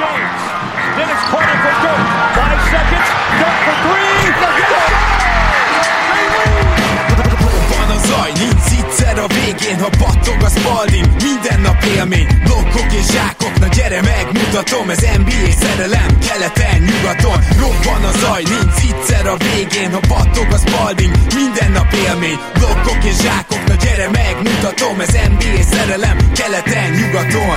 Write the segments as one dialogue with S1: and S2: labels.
S1: James. Dennis corner for Dirk. 5 seconds. Dirk for 3.
S2: Van a zaj, nincs egyszer a végén, ha battog a Spalding. Minden nap élmény, blokkok és zsákok. Na gyere megmutatom, ez NBA szerelem. Keleten, nyugaton, robban a zaj, nincs egyszer a végén, ha battog a Spalding. Minden nap élmény, blokkok és zsákok. Na gyere megmutatom, ez NBA szerelem. Keleten, nyugaton.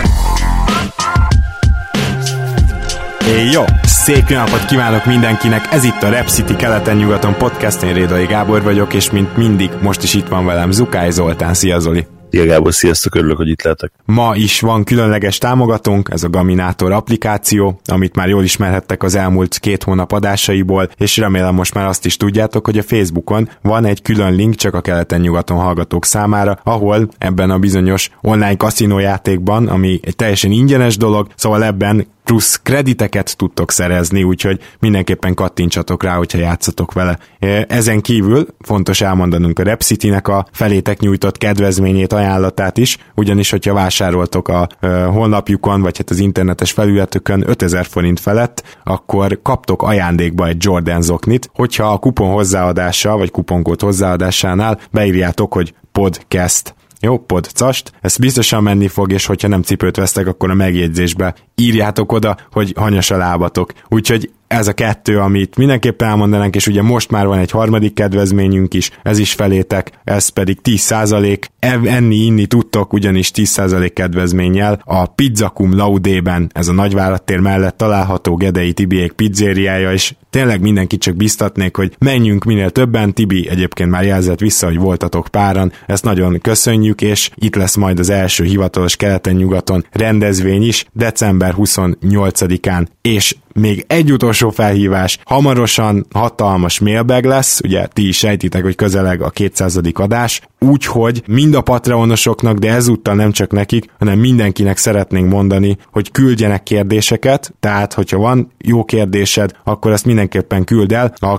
S3: Jó, szép napot kívánok mindenkinek, ez itt a Rep City keleten-nyugaton podcast, én Rédai Gábor vagyok, és mint mindig, most is itt van velem Zukály Zoltán. Szia Zoli!
S4: Szia Gábor, sziasztok, örülök, hogy itt lehetek.
S3: Ma is van különleges támogatónk, ez a Gaminator applikáció, amit már jól ismerhettek az elmúlt 2 hónap adásaiból, és remélem most már azt is tudjátok, hogy a Facebookon van egy külön link csak a keleten-nyugaton hallgatók számára, ahol ebben a bizonyos online kaszinójátékban, ami egy teljesen ingyenes dolog, szóval ebben plusz krediteket tudtok szerezni, úgyhogy mindenképpen kattintsatok rá, hogyha játszatok vele. Ezen kívül fontos elmondanunk a Rep City-nek a felétek nyújtott kedvezményét, ajánlatát is, ugyanis, hogyha vásároltok a honlapjukon, vagy hát az internetes felületükön 5000 forint felett, akkor kaptok ajándékba egy Jordan zoknit, hogyha a kupon hozzáadása, vagy kuponkód hozzáadásánál beírjátok, hogy podcast. Jó, podcast, ez biztosan menni fog, és hogyha nem cipőt vesztek, akkor a megjegyzésbe írjátok oda, hogy hanyas a lábatok. Úgyhogy ez a 2, amit mindenképpen elmondanánk, és ugye most már van egy harmadik kedvezményünk is, ez is felétek, ez pedig 10%, enni-inni tudtok, ugyanis 10% kedvezménnyel a Pizza Cum Laude-ben, ez a Nagyváradtér mellett található Gedei Tibiék pizzériája, és tényleg mindenkit csak biztatnék, hogy menjünk minél többen. Tibi egyébként már jelzett vissza, hogy voltatok páran, ezt nagyon köszönjük, és itt lesz majd az első hivatalos keleten-nyugaton rendezvény is, december 28-án, és még egy utolsó felhívás, hamarosan hatalmas mailbag lesz, ugye ti is sejtitek, hogy közeleg a 200. adás, úgyhogy mind a Patreonosoknak, de ezúttal nem csak nekik, hanem mindenkinek szeretnénk mondani, hogy küldjenek kérdéseket, tehát hogyha van jó kérdésed, akkor ezt mindenképpen küld el a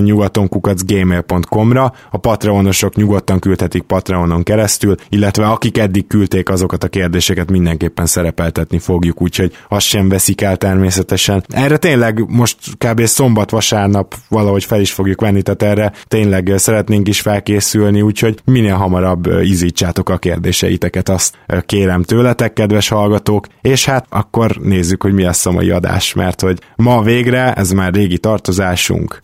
S3: keleten-nyugaton@gmail.com-ra, a Patreonosok nyugodtan küldhetik Patreonon keresztül, illetve akik eddig küldték azokat a kérdéseket, mindenképpen szerepeltetni fogjuk, úgyhogy azt sem veszik el természetesen. Erre tényleg most kb. Szombat-vasárnap valahogy fel is fogjuk venni, tehát erre tényleg szeretnénk is felkészülni, úgyhogy minél hamarabb izítsátok a kérdéseiteket, azt kérem tőletek, kedves hallgatók, és hát akkor nézzük, hogy mi lesz a mai adás, mert hogy ma végre, ez már régi tartozásunk.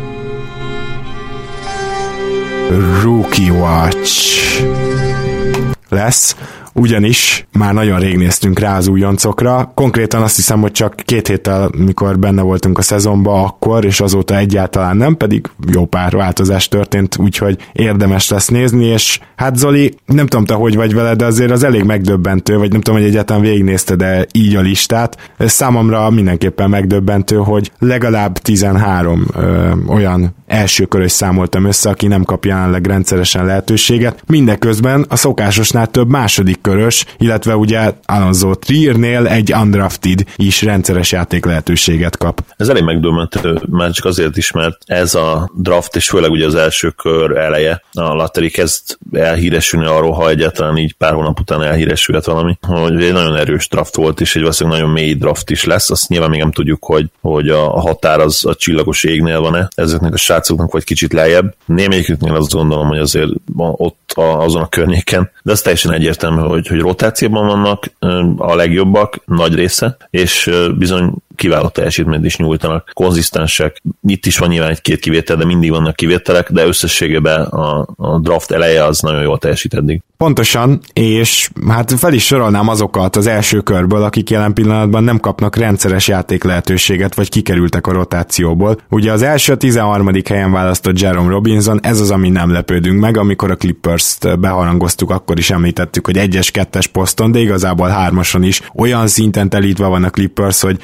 S3: Rookie Watch lesz, ugyanis már nagyon rég néztünk rá az újoncokra, konkrétan azt hiszem, hogy csak 2 héttel, mikor benne voltunk a szezonban akkor, és azóta egyáltalán nem, pedig jó pár változás történt, úgyhogy érdemes lesz nézni, és hát Zoli, nem tudom te hogy vagy vele, de azért az elég megdöbbentő, vagy nem tudom, hogy egyáltalán végignézted, de így a listát. Ez számomra mindenképpen megdöbbentő, hogy legalább 13 olyan elsőkörös számoltam össze, aki nem kap jelenleg rendszeresen lehetőséget. Mindeközben a szokásosnál több második körös, illetve ugye Alonso Triernél egy undrafted is rendszeres játék lehetőséget kap.
S4: Ez elég megdöbbentő, már csak azért is, mert ez a draft, és főleg ugye az első kör eleje, a lottery kezd elhíresülni arról, ha egyáltalán így pár hónap után elhíresülhet valami, hogy egy nagyon erős draft volt, és egy valószínűleg nagyon mély draft is lesz. Azt nyilván még nem tudjuk, hogy a határ az a csillagos égnél van-e ezeknek a srácoknak, vagy kicsit lejjebb. Némelyiküknél azt gondolom, hogy azért ott azon a környéken, de az teljesen egyértelmű, hogy rotációban vannak a legjobbak, nagy része, és bizony kiváló teljesítményt is nyújtanak, konzisztensek. Itt is van nyilván 1-2 kivétel, de mindig vannak kivételek, de összességében a draft eleje az nagyon jól teljesít eddig.
S3: Pontosan, és hát fel is sorolnám azokat az első körből, akik jelen pillanatban nem kapnak rendszeres játék lehetőséget, vagy kikerültek a rotációból. Ugye az első 13. helyen választott Jerome Robinson, ez az, ami nem lepődünk meg, amikor a Clippers-t beharangoztuk, akkor is említettük, hogy 1-es, 2-es poszton, de igazából 3-ason is olyan szinten telítve van a Clippers, hogy nagyon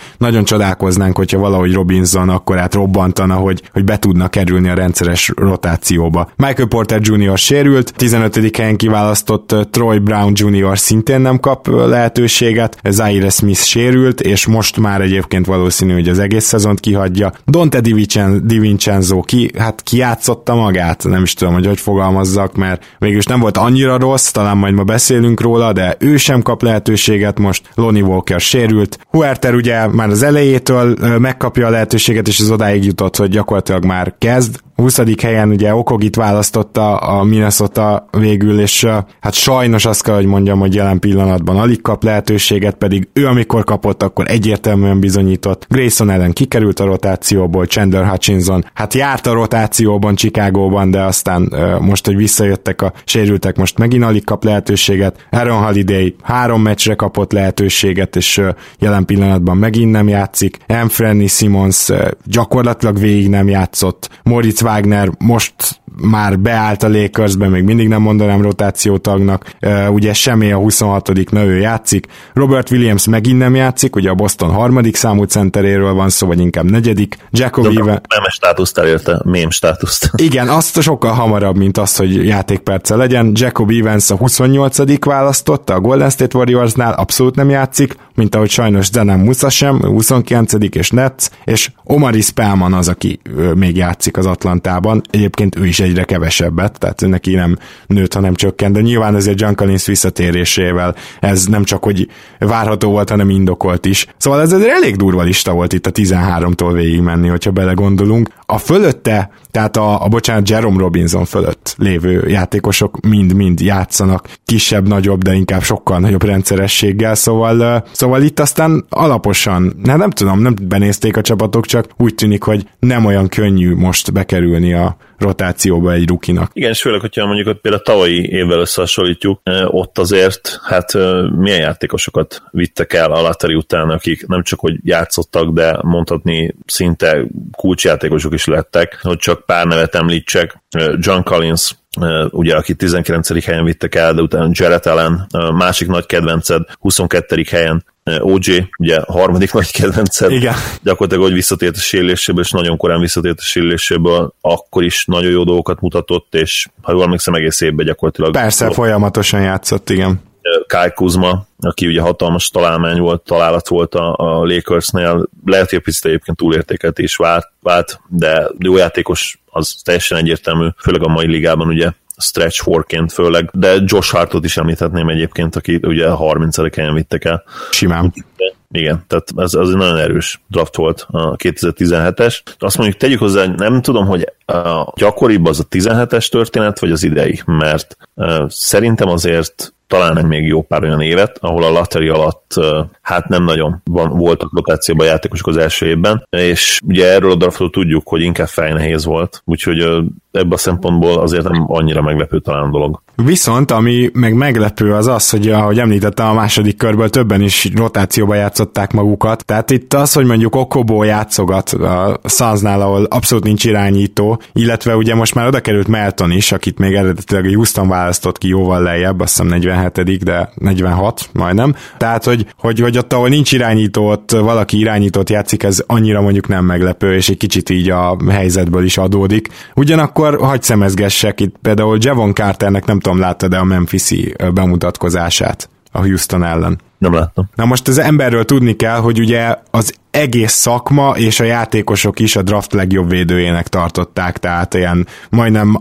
S3: csodálkoznánk, hogyha valahogy Robinson akkor robbantana, hogy be tudna kerülni a rendszeres rotációba. Michael Porter Jr. sérült, 15. helyen kiválasztott Troy Brown Jr. szintén nem kap lehetőséget, Zaire Smith sérült, és most már egyébként valószínű, hogy az egész szezont kihagyja. Dante DiVincenzo kijátszotta magát, nem is tudom, hogy fogalmazzak, mert végülis nem volt annyira rossz, talán majd ma beszélünk róla, de ő sem kap lehetőséget most, Lonnie Walker sérült. Huerter ugye már az elejétől megkapja a lehetőséget, és az odáig jutott, hogy gyakorlatilag már kezd. 20. helyen ugye Okogit választotta a Minnesota végül, és hát sajnos azt kell, hogy mondjam, hogy jelen pillanatban alig kap lehetőséget, pedig ő amikor kapott, akkor egyértelműen bizonyított. Grayson Allen kikerült a rotációból, Chandler Hutchinson hát járt a rotációban Chicagóban, de aztán most, hogy visszajöttek a sérültek, most megint alig kap lehetőséget. Aaron Holiday 3 meccsre kapott lehetőséget, és jelen pillanatban megint nem játszik. Anthony Simons gyakorlatilag végig nem játszott. Moritz Wagner most már beállt a Lakersbe, még mindig nem mondanám rotációtagnak, ugye semmi a 26. ő játszik, Robert Williams megint nem játszik, ugye a Boston 3. számú centeréről van szó, vagy inkább 4. Jacob Evans...
S4: Meme státuszt elérte, mém státuszt.
S3: Igen, azt sokkal hamarabb, mint az, hogy játékperce legyen. Jacob Evans a 28. választotta a Golden State Warriorsnál, abszolút nem játszik, mint ahogy sajnos Zenem Musa sem, 29. és Nets, és Omari Spellman az, aki még játszik az Atlantában. Egyébként ő is egyre kevesebbet, tehát neki nem nőtt, hanem csökkent, de nyilván azért John Collins visszatérésével ez nem csak, hogy várható volt, hanem indokolt is. Szóval ez egy elég durva lista volt itt a 13-tól végigmenni, hogyha belegondolunk. A fölötte, tehát bocsánat, Jerome Robinson fölött lévő játékosok mind játszanak kisebb, nagyobb, de inkább sokkal nagyobb rendszerességgel, szóval itt aztán alaposan, nem tudom, nem benézték a csapatok, csak úgy tűnik, hogy nem olyan könnyű most bekerülni a rotációba egy rukinak.
S4: Igen, és főleg, hogyha mondjuk például a tavalyi évvel összehasonlítjuk, ott azért milyen játékosokat vittek el a lottery után, akik nem csak, hogy játszottak, de mondhatni szinte kulcsjátékosok is lettek, hogy csak pár nevet említsek. John Collins, ugye, aki 19. helyen vittek el, de utána Jarrett Allen, másik nagy kedvenced, 22. helyen OJ, ugye harmadik nagy kedvenced, igen. Gyakorlatilag, hogy visszatért a sérüléséből, és nagyon korán visszatért a sérüléséből, akkor is nagyon jó dolgokat mutatott, és ha jól emlékszem, egész évben gyakorlatilag...
S3: Persze, folyamatosan játszott, igen.
S4: Kyle Kuzma, aki ugye hatalmas találat volt a Lakersnél, lehet, hogy a picit egyébként túlértékelt is vált, de jó játékos, az teljesen egyértelmű, főleg a mai ligában ugye stretch fourként főleg, de Josh Hartot is említhetném egyébként, aki ugye 30. helyen vittek el.
S3: Simán.
S4: Igen, tehát ez egy nagyon erős draft volt a 2017-es. Azt mondjuk tegyük hozzá, nem tudom, hogy gyakoribb az a 17-es történet, vagy az idei, mert szerintem azért talán még jó pár olyan évet, ahol a lottery alatt hát nem nagyon voltak rotációban játékosok az első évben, és ugye erről a draftról tudjuk, hogy inkább fejnehéz volt, úgyhogy ebből a szempontból azért nem annyira meglepő talán a dolog.
S3: Viszont, ami meg meglepő az az, hogy ahogy említettem, a második körből többen is rotációba játszották magukat, tehát itt az, hogy mondjuk Okobo játszogat a Sunsnál, ahol abszolút nincs irányító, illetve ugye most már oda került Melton is, akit még eredetileg a Houston választott ki jóval lejjebb, azt hiszem 47., de 46 majdnem, tehát hogy ott, ahol nincs irányító, ott valaki irányítót játszik, ez annyira mondjuk nem meglepő, és egy kicsit így a helyzetből is adódik. Ugyanakkor hagy szemezgessek itt, például Javon Carternek nem tudom, láttad-e a Memphis-i bemutatkozását a Houston ellen?
S4: Nem láttam.
S3: Na most az emberről tudni kell, hogy ugye az egész szakma és a játékosok is a draft legjobb védőjének tartották, tehát ilyen majdnem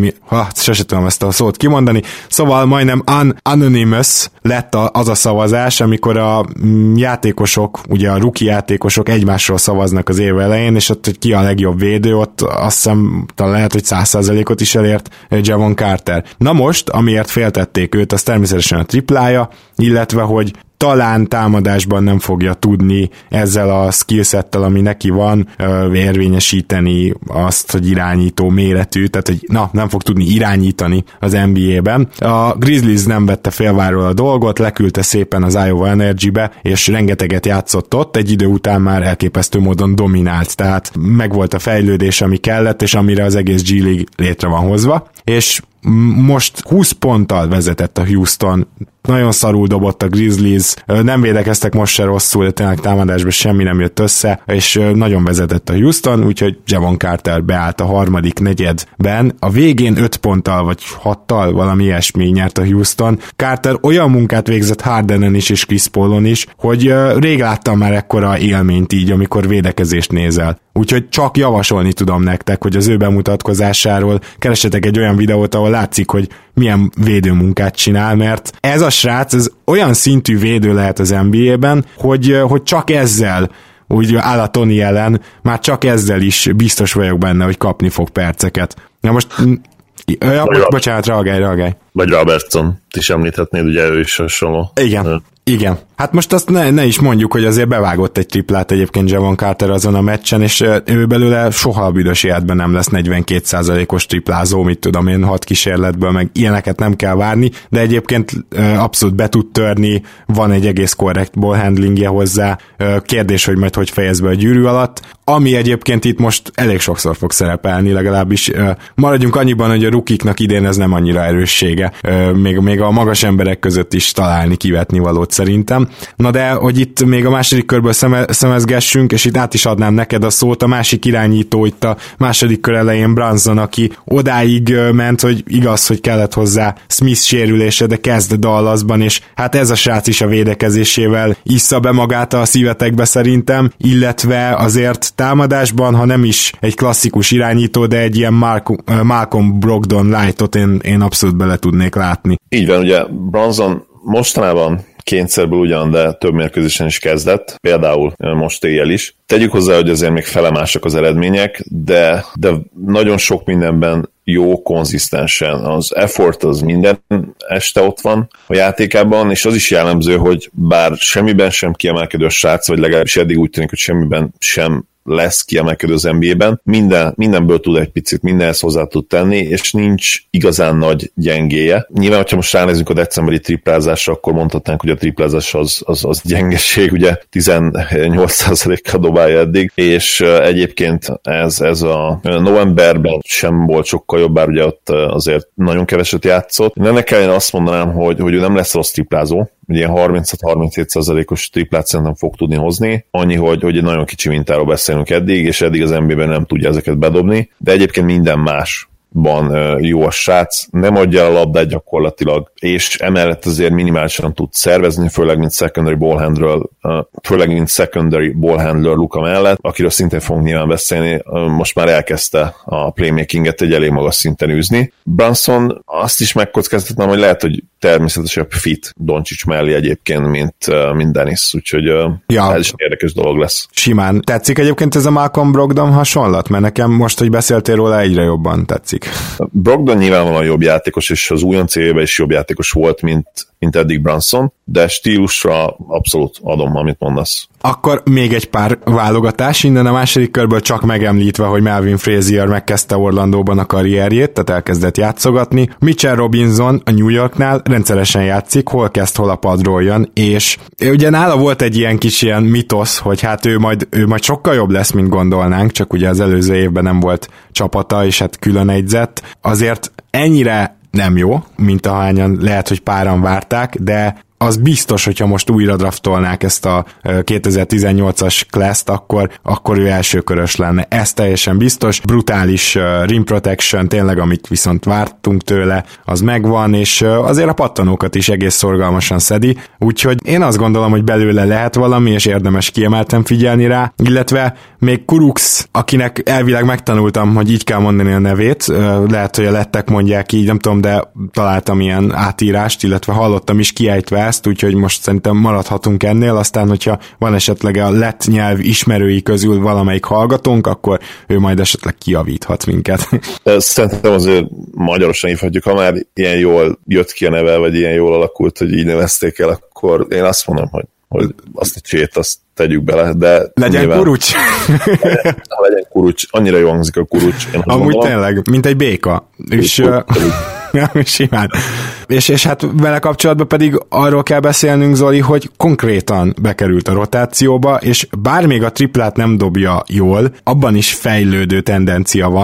S3: sose tudom ezt a szót kimondani, szóval majdnem anonymous lett az a szavazás, amikor a játékosok, ugye a rookie játékosok egymásról szavaznak az év elején, és ott, hogy ki a legjobb védő, ott azt hiszem talán lehet, hogy 100%-ot is elért Javon Carter. Na most, amiért féltették őt, az természetesen a triplája, illetve, hogy talán támadásban nem fogja tudni ezzel a skillsettel, ami neki van, érvényesíteni azt, hogy irányító méretű, tehát hogy nem fog tudni irányítani az NBA-ben. A Grizzlies nem vette félváról a dolgot, leküldte szépen az Iowa Energy-be, és rengeteget játszott ott, egy idő után már elképesztő módon dominált, tehát megvolt a fejlődés, ami kellett, és amire az egész G League létre van hozva, és most 20 ponttal vezetett a Houston nagyon szarul dobott a Grizzlies, nem védekeztek most se rosszul, de tényleg támadásban semmi nem jött össze, és nagyon vezetett a Houston, úgyhogy Javon Carter beállt a harmadik negyedben. A végén 5 ponttal vagy 6-tal valami ilyesmi nyert a Houston. Carter olyan munkát végzett Hardenen is és Chris Paulon is, hogy rég láttam már ekkora élményt így, amikor védekezést nézel. Úgyhogy csak javasolni tudom nektek, hogy az ő bemutatkozásáról keressetek egy olyan videót, ahol látszik, hogy milyen védőmunkát csinál, mert ez a srác, ez olyan szintű védő lehet az NBA-ben, hogy csak ezzel, úgy áll a Tony ellen, már csak ezzel is biztos vagyok benne, hogy kapni fog perceket. Na most, bocsánat, reagálj.
S4: Vagy Robertson, is említhetnéd, ugye ő is hasonló.
S3: Igen. Hát most azt ne is mondjuk, hogy azért bevágott egy triplát egyébként Javon Carter azon a meccsen, és ő belőle soha a büdös életben nem lesz 42%-os triplázó, mit tudom én, 6 kísérletből, meg ilyeneket nem kell várni, de egyébként abszolút be tud törni, van egy egész korrekt ballhandlingje hozzá, kérdés, hogy majd hogy fejez be a gyűrű alatt, ami egyébként itt most elég sokszor fog szerepelni, legalábbis maradjunk annyiban, hogy a rukiknak idén ez nem annyira erőssége, még a magas emberek között is találni, kivetni valót szerintem. Na de, hogy itt még a második körből szemezgessünk, és itt át is adnám neked a szót, a másik irányító itt a második kör elején Brunson, aki odáig ment, hogy igaz, hogy kellett hozzá Smith sérülése, de kezd Dallasban, és hát ez a srác is a védekezésével issza be magát a szívetekbe szerintem, illetve azért támadásban, ha nem is egy klasszikus irányító, de egy ilyen Malcolm Brogdon lightot én abszolút bele tudnék látni.
S4: Így van, ugye Brunson mostanában kényszerből ugyan, de több mérkőzésen is kezdett, például most éjjel is. Tegyük hozzá, hogy azért még felemásak az eredmények, de nagyon sok mindenben jó, konzisztensen. Az effort az minden este ott van a játékában, és az is jellemző, hogy bár semmiben sem kiemelkedő a srác, vagy legalábbis eddig úgy tűnik, hogy semmiben sem lesz kiemelkedő az NBA-ben, mindenből tud egy picit, mindenhez hozzá tud tenni, és nincs igazán nagy gyengéje. Nyilván, hogyha most ránézünk a decemberi triplázásra, akkor mondhatnánk, hogy a triplázás az gyengeség, ugye 18%-kal dobálja eddig, és egyébként ez a novemberben sem volt sokkal jobb, bár ugye ott azért nagyon keveset játszott. Ennek ellenére azt mondanám, hogy ő nem lesz rossz triplázó, ugye 36-37%-os triplát szerintem fog tudni hozni, annyi, hogy egy nagyon kicsi mintáról beszélünk eddig, és eddig az NBA-ben nem tudja ezeket bedobni, de egyébként minden másban jó a srác, nem adja a labdát gyakorlatilag, és emellett azért minimálisan tud szervezni, főleg mint secondary ballhandler Luka mellett, akiről szintén fogunk nyilván beszélni, most már elkezdte a playmakinget egy elég magas szinten űzni. Brunson azt is megkockáztatnám, hogy lehet, hogy természetesebb fit Doncic mellé egyébként, mint Dennis, úgyhogy ez is érdekes dolog lesz.
S3: Simán. Tetszik egyébként ez a Malcolm Brogdon hasonlat? Mert nekem most, hogy beszéltél róla, egyre jobban tetszik.
S4: Brogdon nyilvánvalóan jobb játékos, és az újonc évben is jobb játékos volt, mint eddig Brunson, de stílusra abszolút adom, amit mondasz.
S3: Akkor még egy pár válogatás, innen a második körből csak megemlítve, hogy Melvin Frazier megkezdte Orlandóban a karrierjét, tehát elkezdett játszogatni. Mitchell Robinson a New Yorknál rendszeresen játszik, hol kezd, hol a padról jön, és ugye nála volt egy ilyen kis ilyen mitosz, hogy hát ő majd sokkal jobb lesz, mint gondolnánk, csak ugye az előző évben nem volt csapata, és hát külön egyzett. Azért ennyire nem jó, mint ahányan lehet, hogy páran várták, de az biztos, hogyha most újra draftolnák ezt a 2018-as class-t, akkor ő elsőkörös lenne. Ez teljesen biztos. Brutális rim protection, tényleg amit viszont vártunk tőle, az megvan, és azért a pattanókat is egész szorgalmasan szedi, úgyhogy én azt gondolom, hogy belőle lehet valami, és érdemes kiemelten figyelni rá, illetve még Kurucs, akinek elvileg megtanultam, hogy így kell mondani a nevét, lehet, hogy a lettek mondják így, nem tudom, de találtam ilyen átírást, illetve hallottam is kiejtve ezt, úgyhogy most szerintem maradhatunk ennél, aztán, hogyha van esetleg a lett nyelv ismerői közül valamelyik hallgatónk, akkor ő majd esetleg kijavíthat minket.
S4: Szerintem azért magyarosan hívhatjuk, ha már ilyen jól jött ki a neve, vagy ilyen jól alakult, hogy így nevezték el, akkor én azt mondom, hogy azt a csét, azt tegyük bele, de...
S3: Legyen nyilván, Kurucs!
S4: Legyen Kurucs, annyira jó hangzik a Kurucs.
S3: Amúgy tényleg, mint egy béka. És simán. És hát vele kapcsolatban pedig arról kell beszélnünk, Zoli, hogy konkrétan bekerült a rotációba, és bár még a triplát nem dobja jól, abban is fejlődő tendencia van,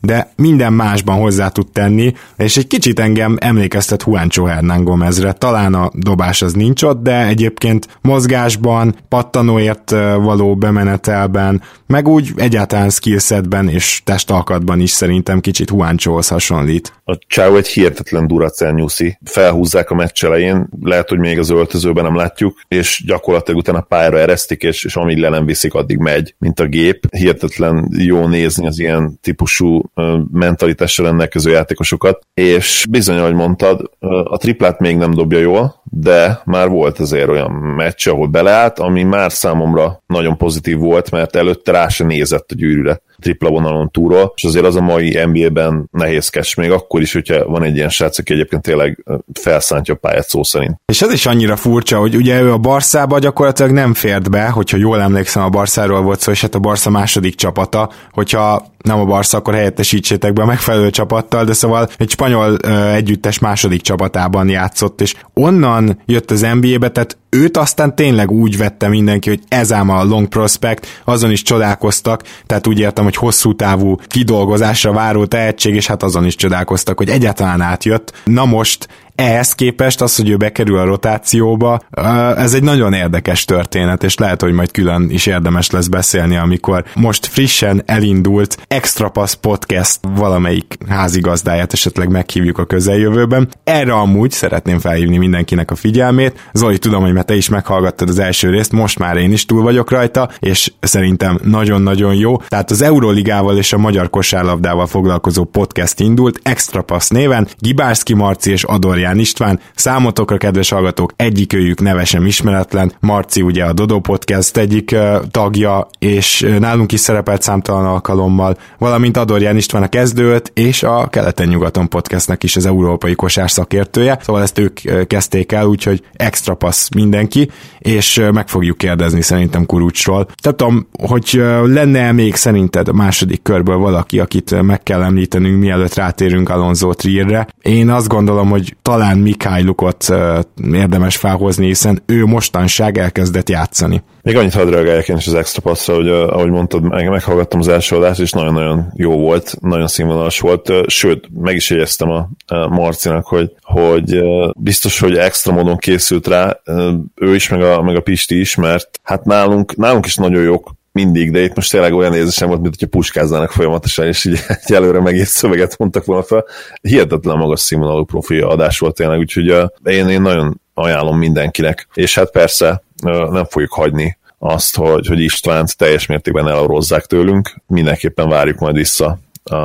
S3: de minden másban hozzá tud tenni, és egy kicsit engem emlékeztet Juancho Hernán Gómezre. Talán a dobás az nincs ott, de egyébként mozgásban, pattanóért való bemenetelben, meg úgy egyáltalán skillsetben és testalkatban is szerintem kicsit Juanchohoz hasonlít.
S4: A Csávó egy hihetetlen Duracell nyuszi. Felhúzzák a meccs elején, lehet, hogy még az öltözőben nem látjuk, és gyakorlatilag utána pályára eresztik, és amíg le nem viszik, addig megy, mint a gép. Hihetetlen jó nézni az ilyen típusú mentalitásra rendelkező játékosokat, és bizony, ahogy mondtad, a triplát még nem dobja jól, de már volt azért olyan meccs, ahol beleállt, ami már számomra nagyon pozitív volt, mert előtte rá se nézett a gyűrűre tripla vonalon túlról, és azért az a mai NBA-ben nehézkes, még akkor is, hogyha van egy ilyen srác, aki egyébként tényleg felszántja a pályát szó szerint.
S3: És ez is annyira furcsa, hogy ugye ő a Barszába gyakorlatilag nem fért be, hogyha jól emlékszem, a Barszáról volt szó, és hát a Barca második csapata, hogyha nem a Barca, akkor helyettesítsétek be a megfelelő csapattal, de szóval egy spanyol együttes második csapatában játszott, és onnan jött az NBA-be, tehát őt aztán tényleg úgy vette mindenki, hogy ez ám a long prospect, azon is csodálkoztak, tehát úgy értem, hogy hosszú távú kidolgozásra váró tehetség, és hát azon is csodálkoztak, hogy egyáltalán átjött. Na most ehhez képest az, hogy ő bekerül a rotációba, ez egy nagyon érdekes történet, és lehet, hogy majd külön is érdemes lesz beszélni, amikor most frissen elindult Extra Pass Podcast valamelyik házigazdáját esetleg meghívjuk a közeljövőben. Erre amúgy szeretném felhívni mindenkinek a figyelmét. Zoli, tudom, hogy te is meghallgattad az első részt, most már én is túl vagyok rajta, és szerintem nagyon-nagyon jó. Tehát az Euroligával és a magyar kosárlabdával foglalkozó podcast indult, Extra Pass néven, Gibárszki Marci és Adorján István. Számotokra, kedves hallgatók, egyikőjük neve sem ismeretlen, Marci ugye a Dodó Podcast egyik tagja, és nálunk is szerepelt számtalan alkalommal, valamint Adorján István a kezdőt, és a Keleten-nyugaton podcastnek is az európai kosár szakértője, szóval ezt ők kezdték el, úgyhogy Extra Pass mindenki, és meg fogjuk kérdezni szerintem Kurucsról. Tehát tudom, hogy lenne még szerinted a második körből valaki, akit meg kell említenünk, mielőtt rátérünk Alonso Trierre. Én azt gondolom, hogy talán Mikhailukot érdemes felhozni, hiszen ő mostanság elkezdett játszani.
S4: Még annyit hadd reagáljak én is az Extra Passra, hogy ahogy mondtad, meghallgattam az első adást, és nagyon-nagyon jó volt, nagyon színvonalas volt, sőt, meg is jegyeztem a Marcinak, hogy biztos, hogy extra módon készült rá, ő is, meg a Pisti is, mert hát nálunk is nagyon jók mindig, de itt most tényleg olyan érzésem volt, mint hogyha puskáznának folyamatosan, és így előre megírt szöveget mondtak volna fel. Hihetetlen magas színvonalú profi adás volt tényleg, úgyhogy én nagyon ajánlom mindenkinek. És hát persze nem fogjuk hagyni azt, hogy Istvánt teljes mértékben elorozzák tőlünk. Mindenképpen várjuk majd vissza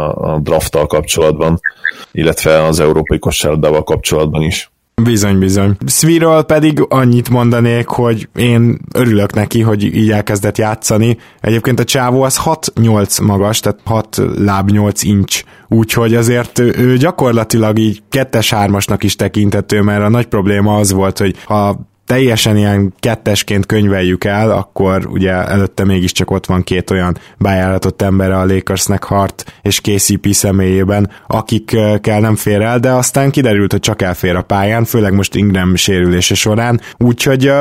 S4: a drafttal kapcsolatban, illetve az európai kosárlabdával kapcsolatban is.
S3: Bizony. Sviről pedig annyit mondanék, hogy én örülök neki, hogy így elkezdett játszani. Egyébként a csávó az 6-8 magas, tehát 6 láb 8 inch, úgyhogy azért ő gyakorlatilag így 2-3-asnak is tekintető, mert a nagy probléma az volt, hogy ha teljesen ilyen kettesként könyveljük el, akkor ugye előtte mégiscsak ott van két olyan bejáratott embere a Lakersnek, Hart és KCP személyében, akikkel nem fér el, de aztán kiderült, hogy csak elfér a pályán, főleg most Ingram sérülése során, úgyhogy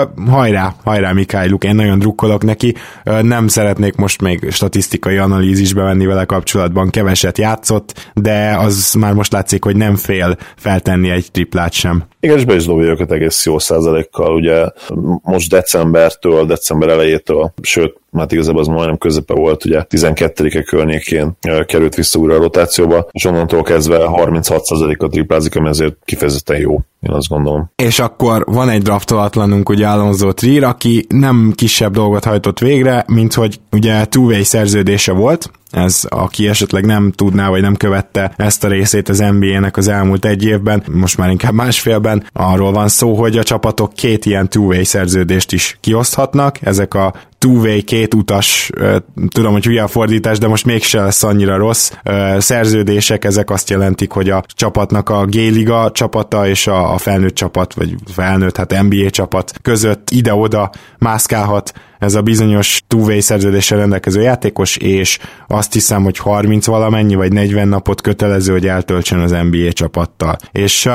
S3: hajrá Mikhailuk, én nagyon drukkolok neki, nem szeretnék most még statisztikai analízisbe venni vele kapcsolatban, keveset játszott, de az már most látszik, hogy nem fél feltenni egy triplát sem.
S4: Igen, és be is dobja őket egész jó százalékkal, ugye most december elejétől, sőt, hát igazából az majdnem közepe volt, ugye 12-e környékén került vissza újra a rotációba, és onnantól kezdve 36%-a triplázik, ami azért kifejezetten jó, én azt gondolom.
S3: És akkor van egy draftolatlanunk, ugye Alonso Trier, aki nem kisebb dolgot hajtott végre, mint hogy ugye two-way szerződése volt, ez aki esetleg nem tudná, vagy nem követte ezt a részét az NBA-nek az elmúlt egy évben, most már inkább másfélben, arról van szó, hogy a csapatok két ilyen two-way szerződést is kioszthatnak, ezek a two-way, két utas, tudom, hogy hülye a fordítás, de most mégse lesz annyira rossz szerződések, ezek azt jelentik, hogy a csapatnak a G-liga csapata és a felnőtt csapat, vagy felnőtt, hát NBA csapat között ide-oda mászkálhat ez a bizonyos two-way szerződéssel rendelkező játékos, és azt hiszem, hogy 30 valamennyi, vagy 40 napot kötelező, hogy eltöltsön az NBA csapattal. És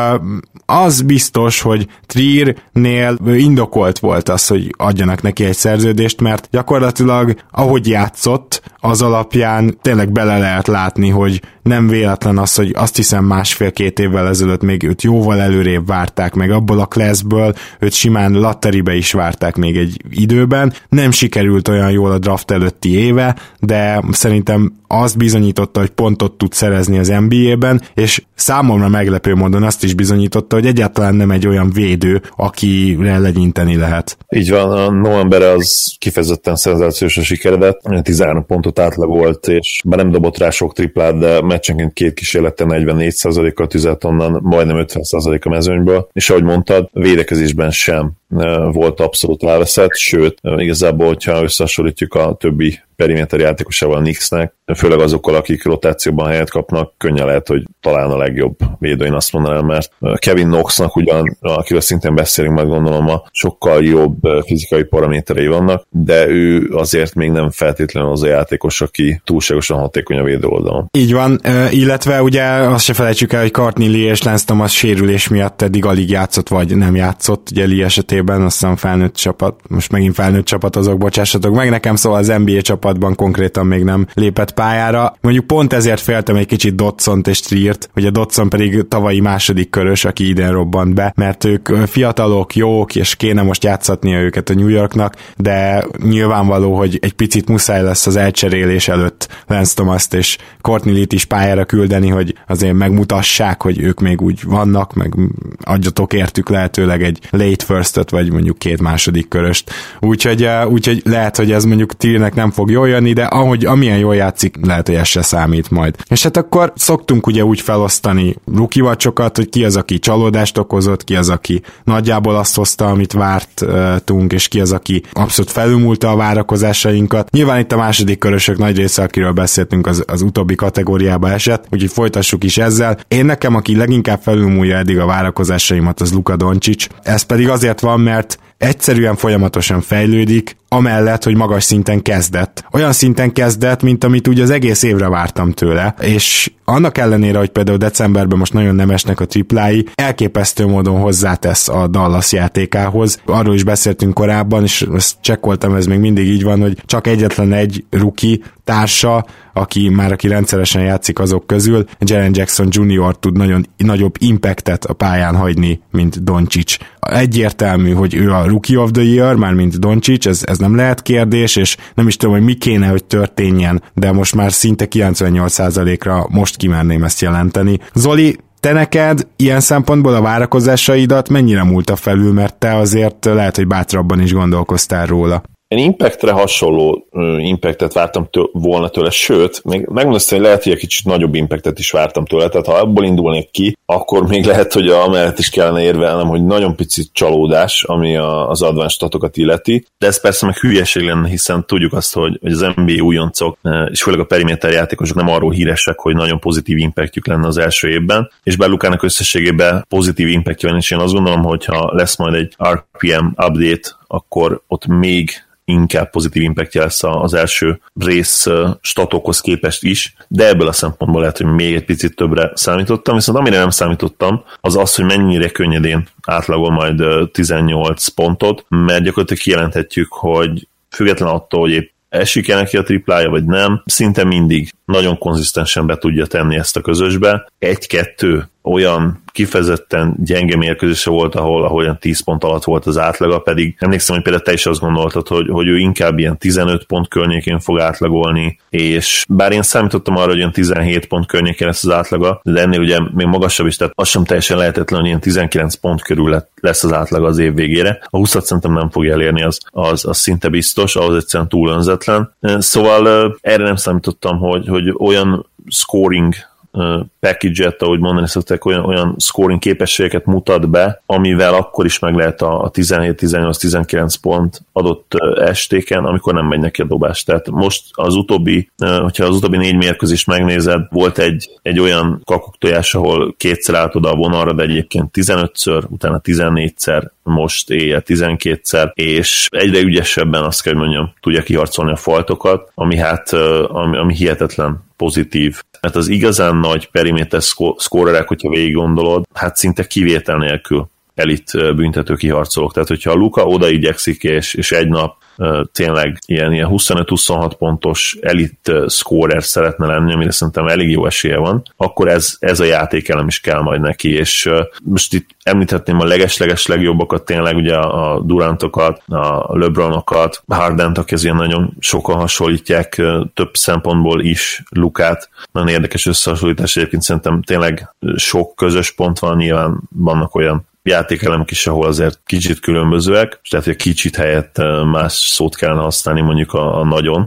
S3: az biztos, hogy Triernél indokolt volt az, hogy adjanak neki egy szerződést, mert gyakorlatilag ahogy játszott, az alapján tényleg bele lehet látni, hogy nem véletlen az, hogy azt hiszem 1,5-2 évvel ezelőtt még őt jóval előrébb várták, meg abból a classből őt simán lotterybe is várták még egy időben. Nem sikerült olyan jól a draft előtti éve, de szerintem azt bizonyította, hogy pontot tud szerezni az NBA-ben, és számomra meglepő módon azt is bizonyította, hogy egyáltalán nem egy olyan védő, akire legyinteni lehet.
S4: Így van, a november az kifejezetten szenzációs a sikeredett, 13 pontot átlagolt, és már nem dobott rá sok triplát, de meccsenként 2 kísérleten 44%-kal tüzelt onnan, majdnem 50% a mezőnyből, és ahogy mondtad, védekezésben sem volt abszolút elveszett, sőt, igazából, hogyha összehasonlítjuk a többi periméter játékosával a Knicksnek, főleg azokkal, akik rotációban helyet kapnak, könnyen lehet, hogy talán a legjobb védő, én azt mondanám, mert Kevin Knoxnak ugyan, akiről szintén beszélünk, meg gondolom, a sokkal jobb fizikai paraméterei vannak, de ő azért még nem feltétlenül az a játékos, aki túlságosan hatékony a védő oldalon.
S3: Így van, illetve ugye azt se felejtsük el, hogy Courtney Lee és Lance Thomas sérülés miatt eddig alig játszott, vagy nem játszott, ugye Lee esetében, azt hiszem felnőtt csapat, most megint felnőtt csapat azok, bocsássatok meg nekem, szóval az NBA csapatban konkrétan még nem lépett pályára. Mondjuk pont ezért féltem egy kicsit Dodsont és Triert, ugye Dodson pedig tavalyi második körös, aki idén robbant be, mert ők fiatalok, jók, és kéne most játszatnia őket a New Yorknak, de nyilvánvaló, hogy egy picit muszáj lesz az elcserélés előtt Lance Thomast és Courtney Lee-t is pályára küldeni, hogy azért megmutassák, hogy ők még úgy vannak, meg adjatok értük lehetőleg egy late firstet, vagy mondjuk 2 második köröst. Úgyhogy lehet, hogy ez mondjuk Triernek nem fog jól jönni, de amilyen jól játszik, lehet, hogy ez se számít majd. És hát akkor szoktunk ugye úgy felosztani rookie watchokat, hogy ki az, aki csalódást okozott, ki az, aki nagyjából azt hozta, amit vártunk, és ki az, aki abszolút felülmúlta a várakozásainkat. Nyilván itt a második körösök nagy része, akiről beszéltünk, az utóbbi kategóriába esett, úgyhogy folytassuk is ezzel. Én nekem, aki leginkább felülmúlja eddig a várakozásaimat, az Luka Doncic. Ez pedig azért van, mert egyszerűen folyamatosan fejlődik, amellett, hogy magas szinten kezdett. Olyan szinten kezdett, mint amit ugye az egész évre vártam tőle, és annak ellenére, hogy például decemberben most nagyon nem esnek a triplái, elképesztő módon hozzátesz a Dallas játékához. Arról is beszéltünk korábban, és ezt csekkoltam, ez még mindig így van, hogy csak egyetlen egy rookie társa, aki rendszeresen játszik azok közül, Jaren Jackson Jr. tud nagyon nagyobb impactet a pályán hagyni, mint Doncic. Egyértelmű, hogy ő a Rookie of the Year, már mint Doncic, ez nem lehet kérdés, és nem is tudom, hogy mi kéne, hogy történjen, de most már szinte 98%-ra most kimerném ezt jelenteni. Zoli, te neked ilyen szempontból a várakozásaidat mennyire múlta felül, mert te azért lehet, hogy bátrabban is gondolkoztál róla.
S4: Én impactre hasonló impactet vártam volna tőle, sőt, még megmondom, hogy lehet, hogy egy kicsit nagyobb impactet is vártam tőle, tehát ha abból indulnék ki, akkor még lehet, hogy amellett is kellene érvelnem, hogy nagyon picit csalódás, ami az advanced statokat illeti, de ez persze meg hülyeség lenne, hiszen tudjuk azt, hogy az NBA újoncok, és főleg a periméter játékosok nem arról híresek, hogy nagyon pozitív impactjük lenne az első évben, és bár Lukának összességében pozitív impactja van, és én azt gondolom, hogy ha lesz majd egy RPM update, akkor ott még inkább pozitív impactja lesz az első rész statokhoz képest is, de ebből a szempontból lehet, hogy még egy picit többre számítottam, viszont amire nem számítottam, az az, hogy mennyire könnyedén átlagol majd 18 pontot, mert gyakorlatilag kijelenthetjük, hogy független attól, hogy épp esik-e neki a triplája, vagy nem, szinte mindig nagyon konzisztensen be tudja tenni ezt a közösbe. 1-2 olyan kifejezetten gyenge mérkőzése volt, ahol olyan 10 pont alatt volt az átlaga, pedig emlékszem, hogy például te is azt gondoltad, hogy ő inkább ilyen 15 pont környékén fog átlagolni, és bár én számítottam arra, hogy ilyen 17 pont környékén lesz az átlaga, de ennél ugye még magasabb is, tehát az sem teljesen lehetetlen, hogy ilyen 19 pont körül lesz az átlaga az év végére. A 20-at szerintem nem fogja elérni, az szinte biztos, ahhoz egyszerűen túl önzetlen. Szóval erre nem számítottam, hogy olyan scoring package-et, ahogy mondani szokták, olyan scoring képességeket mutat be, amivel akkor is meg lehet a 17-18-19 pont adott estéken, amikor nem megy neki a dobás. Tehát most hogyha az utóbbi 4 mérkőzést megnézed, volt egy olyan kakuktojás, ahol kétszer állt oda a vonalra, de egyébként 15-ször, utána 14-szer, most éjjel 12-szer, és egyre ügyesebben, azt kell, hogy mondjam, tudja kiharcolni a faltokat, ami hihetetlen pozitív. Mert az igazán nagy periméter szkórerek, hogyha végig gondolod, hát szinte kivétel nélkül elit büntető kiharcolók. Tehát, hogyha a Luka oda igyekszik, és egy nap tényleg ilyen 25-26 pontos elit scorer szeretne lenni, amire szerintem elég jó esélye van, akkor ez a játékelem is kell majd neki, és most itt említhetném a leges legjobbakat, tényleg ugye a Durantokat, a LeBronokat, Hardent, aki ilyen nagyon sokan hasonlítják több szempontból is Lukát. Nagyon érdekes összehasonlítás, egyébként szerintem tényleg sok közös pont van, nyilván vannak olyan játékelemek is, ahol azért kicsit különbözőek, és tehát, hogy a kicsit helyett más szót kellene használni, mondjuk a nagyon.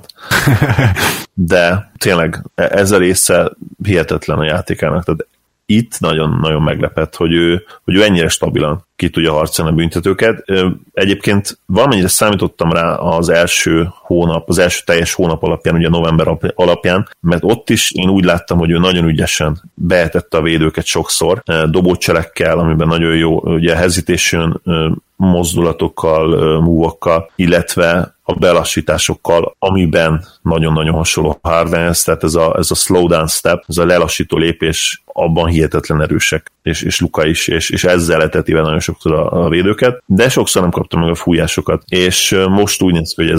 S4: De tényleg ez a része hihetetlen a játékának. Tehát itt nagyon-nagyon meglepett, hogy ő ennyire stabilan ki tudja harcolni a büntetőket. Egyébként valamennyire számítottam rá az első teljes hónap alapján, ugye november alapján, mert ott is én úgy láttam, hogy ő nagyon ügyesen beetette a védőket sokszor, dobócselekkel, amiben nagyon jó, ugye hesitation mozdulatokkal, múvokkal, illetve a belassításokkal, amiben nagyon-nagyon hasonló Hardenhez, tehát ez a slow down step, ez a lelassító lépés, abban hihetetlen erősek, és Luka is, és ezzel eteti be nagyon sokszor a védőket, de sokszor nem kapta meg a fújásokat, és most úgy néz ki, hogy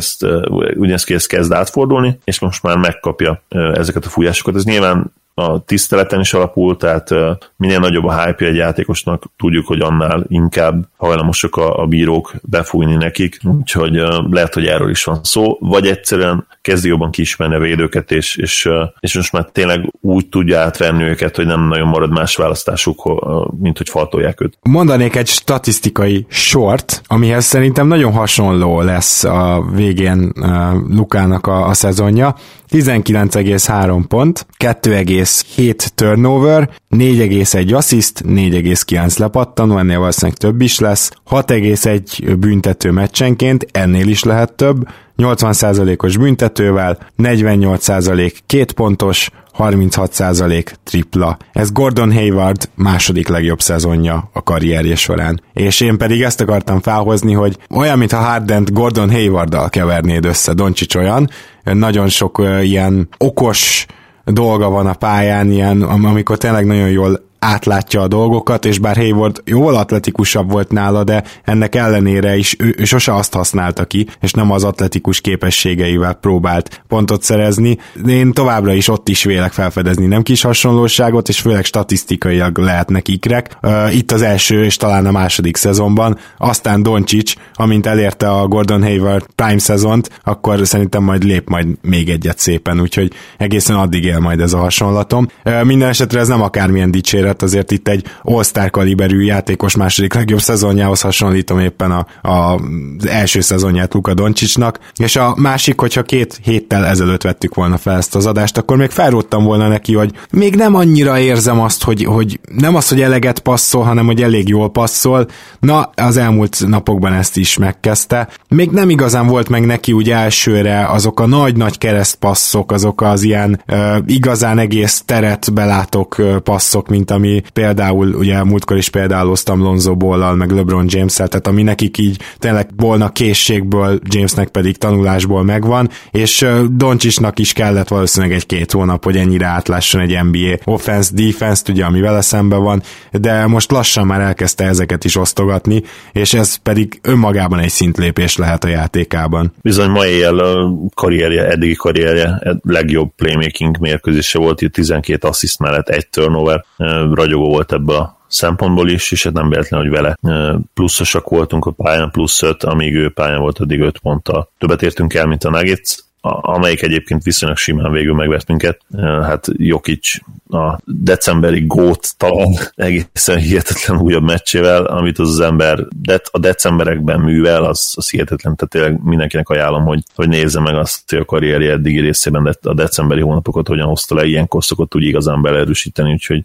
S4: ez kezd átfordulni, és most már megkapja ezeket a fújásokat. Ez nyilván a tiszteleten is alapul, tehát minél nagyobb a hype egy játékosnak, tudjuk, hogy annál inkább hajlamosak a bírók befújni nekik, úgyhogy lehet, hogy erről is van szó, vagy egyszerűen kezdi jobban kiismerni a védőket, és most már tényleg úgy tudja átvenni őket, hogy nem nagyon marad más választásuk, mint hogy faltolják őt.
S3: Mondanék egy statisztikai sort, amihez szerintem nagyon hasonló lesz a végén Lukának a szezonja. 19,3 pont, 2,7 turnover, 4,1 assziszt, 4,9 lepattanó, ennél valószínűleg több is lesz, 6,1 büntető meccsenként, ennél is lehet több, 80%-os büntetővel, 48% 2 pontos, 36% tripla. Ez Gordon Hayward második legjobb szezonja a karrierje során. És én pedig ezt akartam felhozni, hogy olyan, mintha Hardent Gordon Haywarddal kevernéd össze, Doncic olyan, nagyon sok ilyen okos dolga van a pályán, ilyen, amikor tényleg nagyon jól átlátja a dolgokat, és bár Hayward jóval atletikusabb volt nála, de ennek ellenére is ő sose azt használta ki, és nem az atletikus képességeivel próbált pontot szerezni. Én továbbra is ott is vélek felfedezni nem kis hasonlóságot, és főleg statisztikailag lehetnek ikrek. Itt az első és talán a második szezonban, aztán Doncic, amint elérte a Gordon Hayward prime szezont, akkor szerintem majd lép majd még egyet szépen, úgyhogy egészen addig él majd ez a hasonlatom. Minden esetre ez nem akármilyen dicséret, azért itt egy all-star kaliberű játékos második legjobb szezonjához hasonlítom éppen az első szezonját Luka Doncicnak, és a másik, hogyha 2 héttel ezelőtt vettük volna fel ezt az adást, akkor még felróttam volna neki, hogy még nem annyira érzem azt, hogy nem az, hogy eleget passzol, hanem hogy elég jól passzol. Na, az elmúlt napokban ezt is megkezdte. Még nem igazán volt meg neki úgy elsőre azok a nagy-nagy keresztpasszok, azok az ilyen igazán egész teret belátok passzok, mint ami például, ugye múltkor is példáloztam Lonzo Ball-al, meg LeBron James-el, tehát ami nekik így tényleg volna készségből, Jamesnek pedig tanulásból megvan, és Doncicnak is kellett valószínűleg 1-2 hónap, hogy ennyire átlásson egy NBA offense-defense-t, ugye, ami vele szemben van, de most lassan már elkezdte ezeket is osztogatni, és ez pedig önmagában egy szintlépés lehet a játékában.
S4: Bizony ma éjjel eddigi karrierje legjobb playmaking mérkőzése volt, itt 12 assziszt mellett 1 turnover, ragyogó volt ebből a szempontból is, és nem véletlen, hogy vele pluszosak voltunk a pályán, +5, amíg ő pályán volt, addig 5 ponttal többet értünk el, mint a Nuggets, amelyik egyébként viszonylag simán végül megvert minket. Hát Jokic a decemberi gót talán egészen hihetetlen újabb meccsével, amit az ember a decemberekben művel, az hihetetlen, tehát tényleg mindenkinek ajánlom, hogy nézze meg azt, hogy a karrierje eddigi részében a decemberi hónapokat hogyan hozta le, ilyenkor szokott úgy igazán beleerősíteni, úgyhogy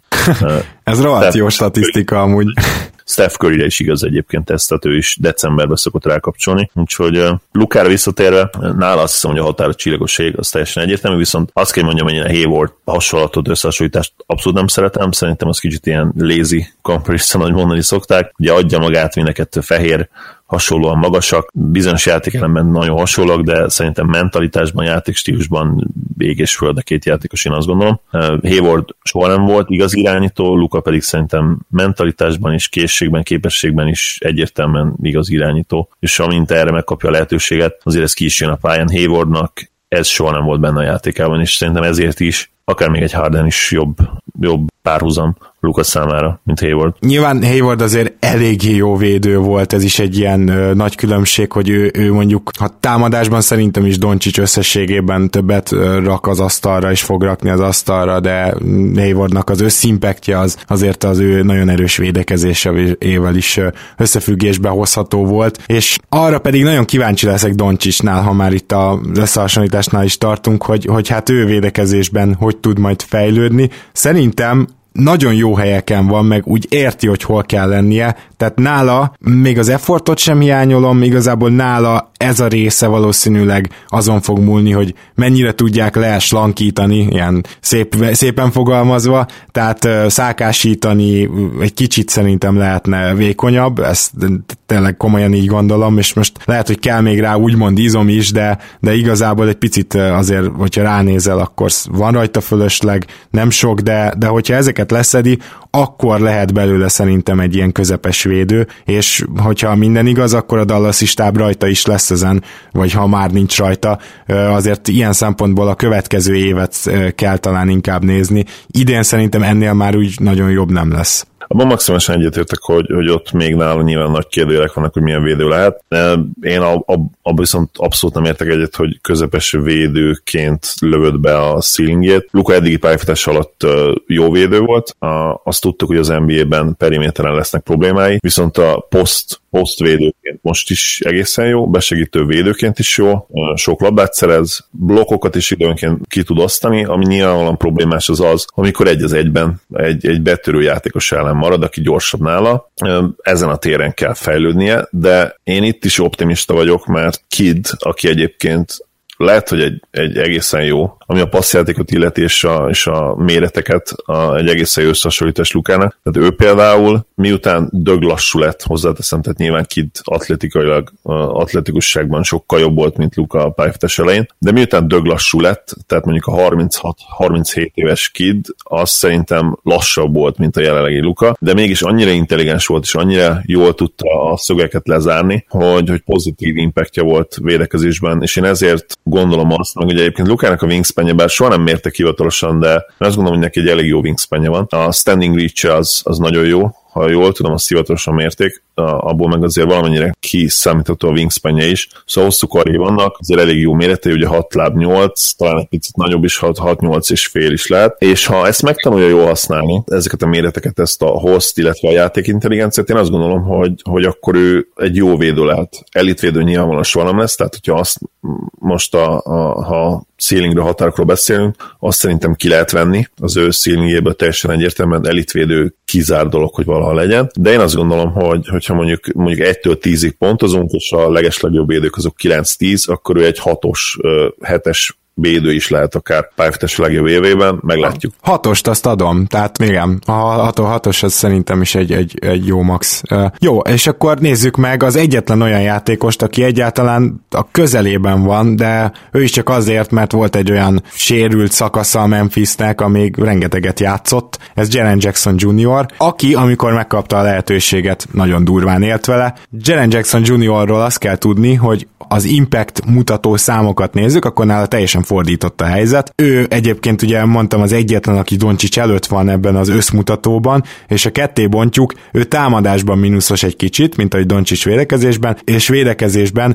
S3: ez rohadt jó statisztika amúgy.
S4: Steph Curryre is igaz egyébként ezt, tehát ő is decemberben szokott rákapcsolni, úgyhogy Lukára visszatérve, nála azt hiszem, hogy a határa csillagoség az teljesen egyértelmű, viszont azt kell mondjam, hogy én a Hayward hasonlatot, összehasonlítást abszolút nem szeretem, szerintem az kicsit ilyen lazy comparison, ahogy mondani szokták, ugye adja magát, mind a kettő fehér, hasonlóan magasak, bizonyos játékelemben nagyon hasonlóak, de szerintem mentalitásban, játékstílusban ég és föld a két játékos, én azt gondolom. Hayward soha nem volt igaz irányító, Luka pedig szerintem mentalitásban és készségben, képességben is egyértelműen igaz irányító, és amint erre megkapja a lehetőséget, azért ez ki is jön a pályán. Haywardnak ez soha nem volt benne a játékában, és szerintem ezért is akár még egy Harden is jobb párhuzam Luka számára, mint Hayward.
S3: Nyilván Hayward azért eléggé jó védő volt, ez is egy ilyen nagy különbség, hogy ő mondjuk, ha támadásban szerintem is Doncic összességében többet rak az asztalra, és fog rakni az asztalra, de Haywardnak az összimpaktja az azért az ő nagyon erős védekezésével is összefüggésbe hozható volt, és arra pedig nagyon kíváncsi leszek Doncicnál, ha már itt a összehasonlításnál is tartunk, hogy hát ő védekezésben hogy tud majd fejlődni. Szerintem nagyon jó helyeken van, meg úgy érti, hogy hol kell lennie, tehát nála még az effortot sem hiányolom, igazából nála ez a része valószínűleg azon fog múlni, hogy mennyire tudják leslankítani, ilyen szépen fogalmazva, tehát szákásítani egy kicsit szerintem lehetne vékonyabb, ezt tényleg komolyan így gondolom, és most lehet, hogy kell még rá úgymond izom is, de igazából egy picit azért, hogyha ránézel, akkor van rajta fölösleg, nem sok, de hogyha ezeket leszedi, akkor lehet belőle szerintem egy ilyen közepes védő, és hogyha minden igaz, akkor a Dallasi stáb rajta is lesz ezen, vagy ha már nincs rajta, azért ilyen szempontból a következő évet kell talán inkább nézni. Idén szerintem ennél már úgy nagyon jobb nem lesz.
S4: Abban maximálisan egyetértek, hogy ott még nála nyilván nagy kérdőjelek vannak, hogy milyen védő lehet. Én abban viszont abszolút nem értek egyet, hogy közepes védőként lövöd be a ceilingét. Luka eddigi pályafutás alatt jó védő volt. Azt tudtuk, hogy az NBA-ben periméteren lesznek problémái, viszont a posztvédőként most is egészen jó, besegítő védőként is jó, sok labdát szerez, blokkokat is időnként ki tud osztani, ami nyilvánvalóan problémás az, amikor egy az egyben egy betörő játékos ellen marad, aki gyorsabb nála. Ezen a téren kell fejlődnie, de én itt is optimista vagyok, mert Kidd, aki egyébként lehet, hogy egy egészen jó, ami a passzjátékot illeti és a méreteket, egy egészen jó összehasonlítás Lukának. Tehát ő például, miután dög lassú lett, hozzáteszem, tehát nyilván Kidd atletikailag, atletikusságban sokkal jobb volt, mint Luka a pályafutás elején, de miután dög lassú lett, tehát mondjuk a 36-37 éves Kidd, az szerintem lassabb volt, mint a jelenlegi Luka, de mégis annyira intelligens volt, és annyira jól tudta a szögeket lezárni, hogy pozitív impactja volt védekezésben, és én ezért gondolom azt, meg ugye egyébként Lukának a wingspanje, bár soha nem mértek hivatalosan, de azt gondolom, hogy neki egy elég jó wingspanje van. A standing reach az nagyon jó, ha jól tudom, azt hivatalosan mérték, abból meg azért valamennyire kiszámítható a wingspanje is. Szóval hosszú karjai vannak, azért elég jó méretei, ugye 6 láb 8, talán egy picit nagyobb is, 6-8 és fél is lehet. És ha ezt megtanulja jól használni, ezeket a méreteket, ezt a host, illetve a játékintelligenciát, én azt gondolom, hogy akkor ő egy jó védő lehet. Elitvédő nyilvánvalóan soha nem lesz, tehát hogyha azt most ha ceilingről, határokról beszélünk, azt szerintem ki lehet venni. Az ő ceilingéből teljesen egyértelműen elitvédő kizár dolog, hogy valaha legyen. De én azt gondolom, hogyha mondjuk 1-től 10-ig pontozunk, és a legeslegjobb védők azok 9-10, akkor ő egy 6-os, 7-es védő is lehet akár pályafutás legjobb évében, meglátjuk.
S3: 6-ost azt adom, tehát igen, a 6-os az szerintem is egy jó max. Jó, és akkor nézzük meg az egyetlen olyan játékost, aki egyáltalán a közelében van, de ő is csak azért, mert volt egy olyan sérült szakasza a Memphisnek, amíg rengeteget játszott, ez Jaren Jackson Jr., aki, amikor megkapta a lehetőséget, nagyon durván élt vele. Jaren Jackson Jr.-ról azt kell tudni, hogy az impact mutató számokat nézzük, akkor nála teljesen fordított a helyzet. Ő egyébként ugye mondtam az egyetlen, aki Doncic előtt van ebben az összmutatóban, és a ketté bontjuk, ő támadásban mínuszos egy kicsit, mint ahogy Doncic védekezésben, és védekezésben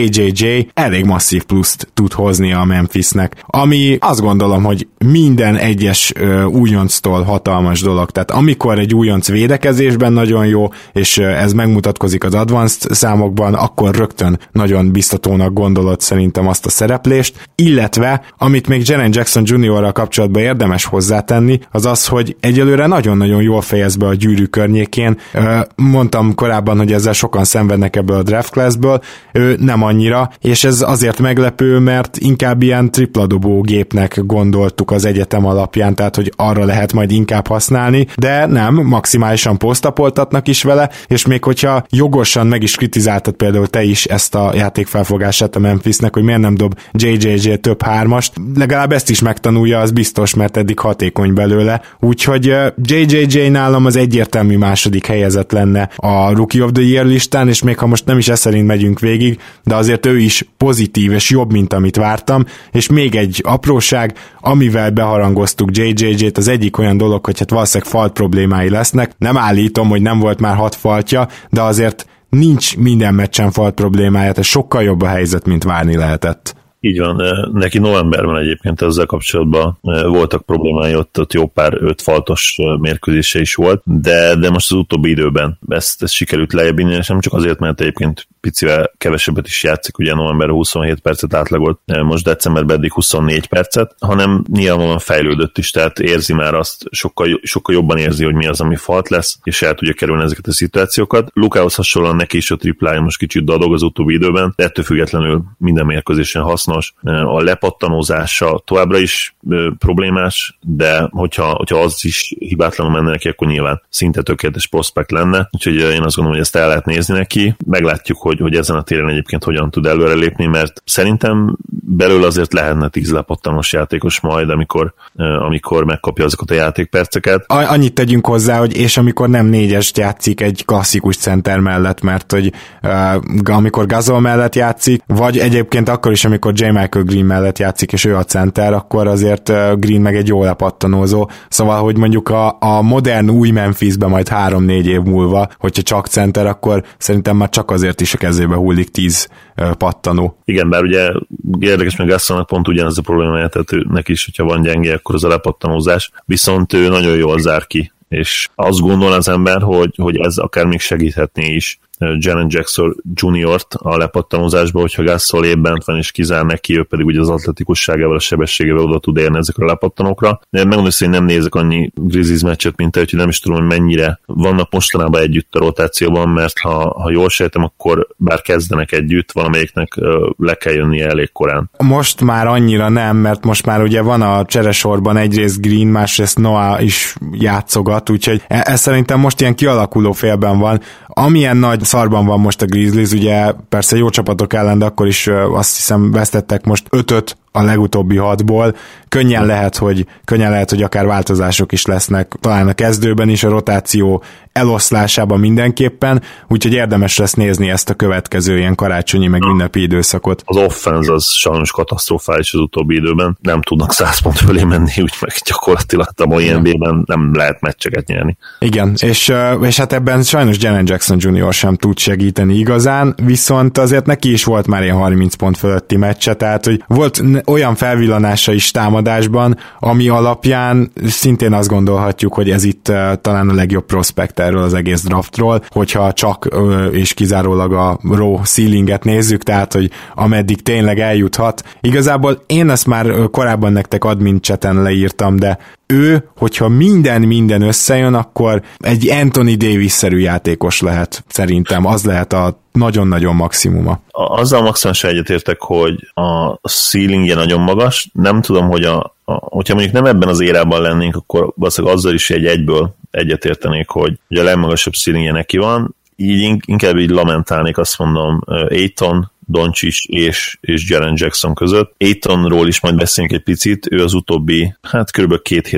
S3: JJJ elég masszív pluszt tud hozni a Memphisnek, ami azt gondolom, hogy minden egyes újonctól hatalmas dolog. Tehát amikor egy újonc védekezésben nagyon jó, és ez megmutatkozik az advanced számokban, akkor rögtön nagyon biztatónak gondolod szerintem azt a szereplést, illetve amit még Jaren Jackson Jr.-ral kapcsolatban érdemes hozzátenni, az az, hogy egyelőre nagyon-nagyon jól fejez be a gyűrű környékén. Mondtam korábban, hogy ezzel sokan szenvednek ebből a draft classből, ő nem annyira, és ez azért meglepő, mert inkább ilyen tripladobó gépnek gondoltuk az egyetem alapján, tehát hogy arra lehet majd inkább használni, de nem, maximálisan posztapoltatnak is vele, és még hogyha jogosan meg is kritizáltad például te is ezt a játékfelfogását a Memphisnek, hogy miért nem dob JJJ több hármast, legalább ezt is megtanulja, az biztos, mert eddig hatékony belőle, úgyhogy JJJ nálam az egyértelmű második helyezett lenne a Rookie of the Year listán, és még ha most nem is ez szerint megyünk végig, de azért ő is pozitív és jobb, mint amit vártam, és még egy apróság, amivel beharangoztuk JJJ-t, az egyik olyan dolog, hogy hát valószínűleg falt problémái lesznek, nem állítom, hogy nem volt már 6 faltja, de azért nincs minden meccsen falt problémája, tehát sokkal jobb a helyzet, mint várni lehetett.
S4: Így van, neki novemberben egyébként ezzel kapcsolatban voltak problémái, ott jó pár 5 faltos mérkőzése is volt, de most az utóbbi időben ezt sikerült lejjebb inni, és nem csak azért, mert egyébként picivel kevesebbet is játszik, ugye novemberben 27 percet átlagolt, most decemberben eddig 24 percet, hanem nyilvánvalóan fejlődött is, tehát érzi már azt, sokkal jobban érzi, hogy mi az, ami falt lesz, és el tudja kerülni ezeket a szituációkat. Lukához hasonlóan neki is a triplája most kicsit dadog az utóbbi időben, de ettől függetlenül minden mérkőzésen hasznos. A lepattanózása továbbra is problémás, de hogyha az is hibátlanul menne neki, akkor nyilván szinte tökéletes prospekt lenne, úgyhogy én azt gondolom, hogy ezt el lehet nézni neki. Meglátjuk, hogy ezen a téren egyébként hogyan tud előrelépni, mert szerintem belőle azért lehetne 10 lepattanós játékos majd, amikor megkapja azokat a játékperceket.
S3: Annyit tegyünk hozzá, hogy és amikor nem 4-est játszik egy klasszikus center mellett, mert hogy amikor Gasol mellett játszik, vagy egyébként akkor is, amikor J. Michael Green mellett játszik, és ő a center, akkor azért Green meg egy jó lepattanózó. Szóval, hogy mondjuk a modern új Memphisben majd 3-4 év múlva, hogyha csak center, akkor szerintem már csak azért is a kezébe hullik 10 pattanó.
S4: Igen, bár ugye érdekes, meg Gasolnak pont ugyanez a problémája, tehát neki is, hogyha van gyenge, akkor az a lepattanózás, viszont ő nagyon jól zár ki, és azt gondol az ember, hogy ez akár még segíthetné is Jaren Jackson Jr.-t a lepattanózásba, hogyha Gasol évben van és kizár neki, ő pedig ugye az atletikusságával, a sebességével oda tud érni ezekre a lepattanókra. De megmondom, hogy nem nézek annyi Grizzlies meccset, mint te, úgyhogy nem is tudom, hogy mennyire vannak mostanában együtt a rotációban, mert ha jól sejtem, akkor bár kezdenek együtt, valamelyiknek le kell jönnie elég korán.
S3: Most már annyira nem, mert most már ugye van a cseresorban egyrészt Green, másrészt Noah is játszogat, úgyhogy ez szerintem most ilyen kialakuló félben van. Amilyen nagy szarban van most a Grizzlies, ugye persze jó csapatok ellen, de akkor is azt hiszem vesztettek most 5-öt a legutóbbi 6-ból. Könnyen lehet, hogy akár változások is lesznek, talán a kezdőben is, a rotáció eloszlásában mindenképpen, úgyhogy érdemes lesz nézni ezt a következő ilyen karácsonyi meg ünnepi időszakot.
S4: Az offense az sajnos katasztrofális az utóbbi időben, nem tudnak 100 pont fölé menni, úgy meg gyakorlatilag a mai NBA-ben nem lehet meccseket nyerni.
S3: Igen, és hát ebben sajnos Jaren Jackson Jr. sem tud segíteni igazán, viszont azért neki is volt már ilyen 30 pont fölötti meccse, tehát hogy volt olyan felvillanása is támadásban, ami alapján szintén azt gondolhatjuk, hogy ez itt talán a legjobb prospekt erről az egész draftról, hogyha csak és kizárólag a raw ceilinget nézzük, tehát hogy ameddig tényleg eljuthat. Igazából én ezt már korábban nektek admin chaten leírtam, de ő, hogyha minden összejön, akkor egy Anthony Davis-szerű játékos lehet, szerintem. Az lehet a nagyon-nagyon maximuma.
S4: Azzal maximálisan egyetértek, hogy a ceilingje nagyon magas. Nem tudom, hogy hogyha mondjuk nem ebben az érában lennénk, akkor valószínűleg azzal is egyből egyetértenék, hogy a legmagasabb ceilingje neki van. Így inkább így lamentálnék, azt mondom, Ayton, Doncic és Jaren Jackson között. Aytonról is majd beszélünk egy picit, ő az utóbbi, kb. 2 hétben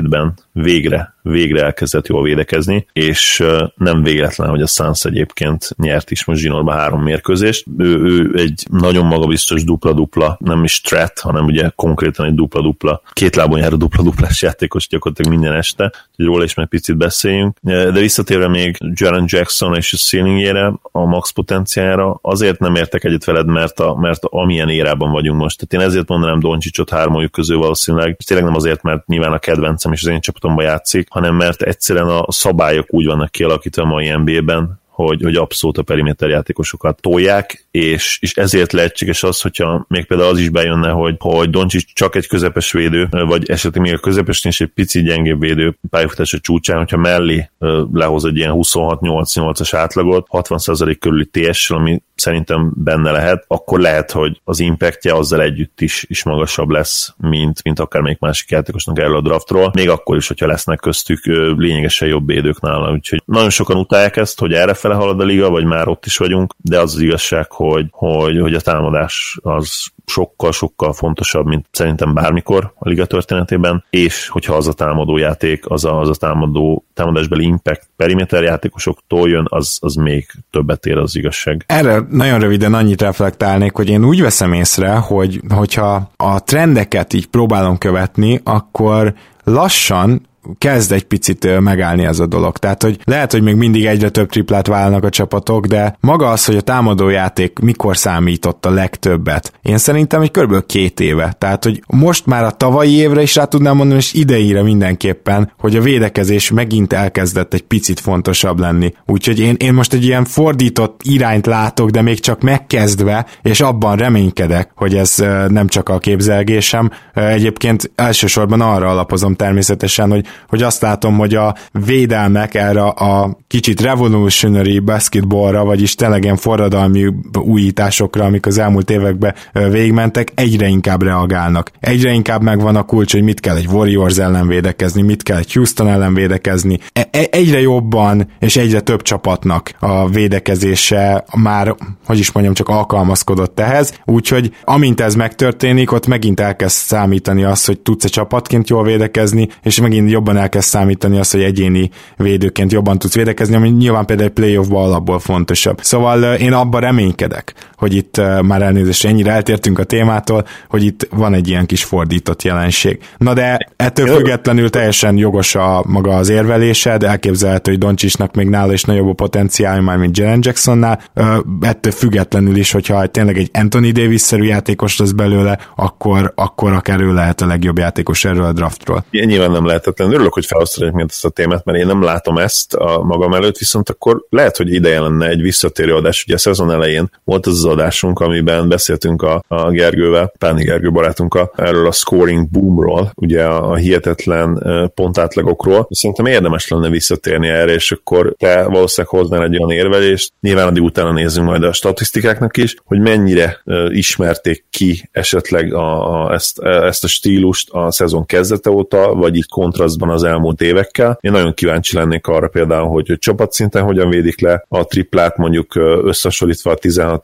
S4: végre elkezdett jól védekezni, és nem véletlen, hogy a Suns egyébként nyert is most zsinórban 3 mérkőzést. Ő egy nagyon magabiztos dupla-dupla, nem is threat, hanem ugye konkrétan egy dupla-dupla, 2 lábon járó dupla-duplás játékos gyakorlatilag minden este, hogy róla is meg picit beszéljünk. De visszatérve még Jaren Jackson és a ceilingjére, a max potenciára, azért nem értek egyet veled, mert amilyen érában vagyunk most. Tehát én ezért mondanám Doncsicsot 3 közül valószínűleg, és tényleg nem azért, mert nyilván a kedvencem és az én csapatomban játszik, hanem mert egyszerűen a szabályok úgy vannak kialakítva a mai NBA-ben, hogy abszolút a periméter játékosokat tolják, és ezért lehetséges az, hogyha még például az is bejönne, hogy Doncsics csak egy közepes védő, vagy esetleg még a közepesnél is egy pici gyengébb védő pályafutása csúcsán, hogyha mellé lehoz egy ilyen 26-8-8-as átlagot, 60% körüli TS-sel, ami szerintem benne lehet, akkor lehet, hogy az impactje azzal együtt is magasabb lesz, mint akár még másik játékosnak erről a draftról, még akkor is, hogyha lesznek köztük lényegesen jobb védők nála. Úgyhogy nagyon sokan utálják ezt, hogy errefele halad a liga, vagy már ott is vagyunk, de az igazság, hogy a támadás az sokkal fontosabb, mint szerintem bármikor a liga történetében, és hogyha az a támadójáték, az a támadásbeli impact periméter játékosoktól jön, az még többet ér, az igazság.
S3: Erre nagyon röviden annyit reflektálnék, hogy én úgy veszem észre, hogyha a trendeket így próbálom követni, akkor lassan kezd egy picit megállni ez a dolog. Tehát, hogy lehet, hogy még mindig egyre több triplát válnak a csapatok, de maga az, hogy a támadójáték mikor számított a legtöbbet. Én szerintem egy kb. 2 éve. Tehát, hogy most már a tavalyi évre is rá tudnám mondani, és idejére mindenképpen, hogy a védekezés megint elkezdett egy picit fontosabb lenni. Úgyhogy én most egy ilyen fordított irányt látok, de még csak megkezdve, és abban reménykedek, hogy ez nem csak a képzelgésem. Egyébként elsősorban arra alapozom természetesen, hogy azt látom, hogy a védelmek erre a kicsit revolutionary basketballra, vagyis tényleg ilyen forradalmi újításokra, amik az elmúlt években végigmentek, egyre inkább reagálnak. Egyre inkább megvan a kulcs, hogy mit kell egy Warriors ellen védekezni, mit kell egy Houston ellen védekezni. Egyre jobban és egyre több csapatnak a védekezése már, csak alkalmazkodott ehhez, úgyhogy amint ez megtörténik, ott megint elkezd számítani azt, hogy tudsz-e csapatként jól védekezni, és megint jobban elkezd számítani azt, hogy egyéni védőként jobban tudsz védekezni, ami nyilván például egy playoffba alapból fontosabb. Szóval én abban reménykedek, hogy itt már elnézést, ennyire eltértünk a témától, hogy itt van egy ilyen kis fordított jelenség. Na de ettől függetlenül teljesen jogos a maga az érvelésed, elképzelhető, hogy Doncsicsnak még nála is nagyobb a potenciál, már mint Jaren Jacksonnál, ettől függetlenül is, hogyha tényleg egy Anthony Davis-szerű játékos lesz belőle, akkor akár ő lehet a legjobb játékos erről a draftról.
S4: Nyilván nem lehetetlen. Örülök, hogy felhoztad ezt a témát, mert én nem látom ezt a magam előtt, viszont akkor lehet, hogy ideje lenne egy visszatérő adás. Ugye a szezon elején volt az adásunk, amiben beszéltünk a Gergővel, Páni Gergő barátunkkal, erről a scoring boomról, ugye a hihetetlen pontátlagokról. Szerintem érdemes lenne visszatérni erre, és akkor te valószínűleg hoznál egy olyan érvelést, nyilván addig utána nézzünk majd a statisztikáknak is, hogy mennyire ismerték ki esetleg ezt a stílust a szezon kezdete óta, vagy így kontrasztban az elmúlt évekkel. Én nagyon kíváncsi lennék arra például, hogy csapatszinten hogyan védik le a triplát, mondjuk összehasonlítva a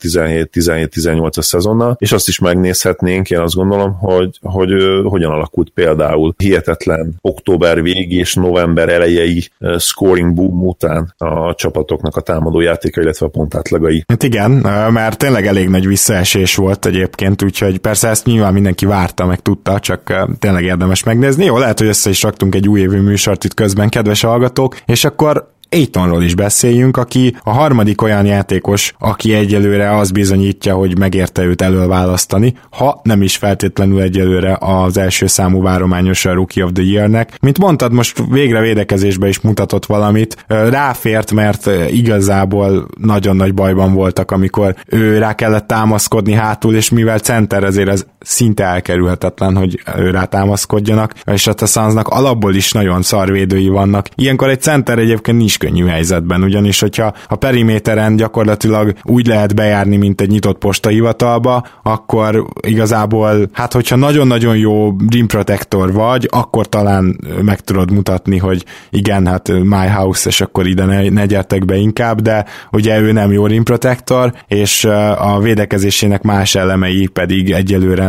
S4: 16-17-18-as szezonnal, és azt is megnézhetnénk, én azt gondolom, hogy hogyan alakult például hihetetlen október vég és november elejei scoring boom után a csapatoknak a támadójátéka, illetve a pontátlagai.
S3: Hát igen, mert tényleg elég nagy visszaesés volt egyébként, úgyhogy persze ezt nyilván mindenki várta, meg tudta, csak tényleg érdemes megnézni. Jó, lehet, hogy össze is raktunk egy újévű műsort itt közben, kedves hallgatók, és akkor Aytonról is beszéljünk, aki a harmadik olyan játékos, aki egyelőre az bizonyítja, hogy megérte őt előválasztani, ha nem is feltétlenül egyelőre az első számú várományos a Rookie of the Year-nek. Mint mondtad, most végre védekezésbe is mutatott valamit, ráfért, mert igazából nagyon nagy bajban voltak, amikor ő rá kellett támaszkodni hátul, és mivel center, ezért ez szinte elkerülhetetlen, hogy ő rá támaszkodjanak, és a Sunsnak alapból is nagyon szarvédői vannak. Ilyenkor egy center egyébként nincs könnyű helyzetben, ugyanis hogyha a periméteren gyakorlatilag úgy lehet bejárni, mint egy nyitott postahivatalba, akkor igazából, hát hogyha nagyon-nagyon jó rim protector vagy, akkor talán meg tudod mutatni, hogy igen, hát my house, és akkor ide ne gyertek be inkább, de ugye ő nem jó rim protector, és a védekezésének más elemei pedig egyelőre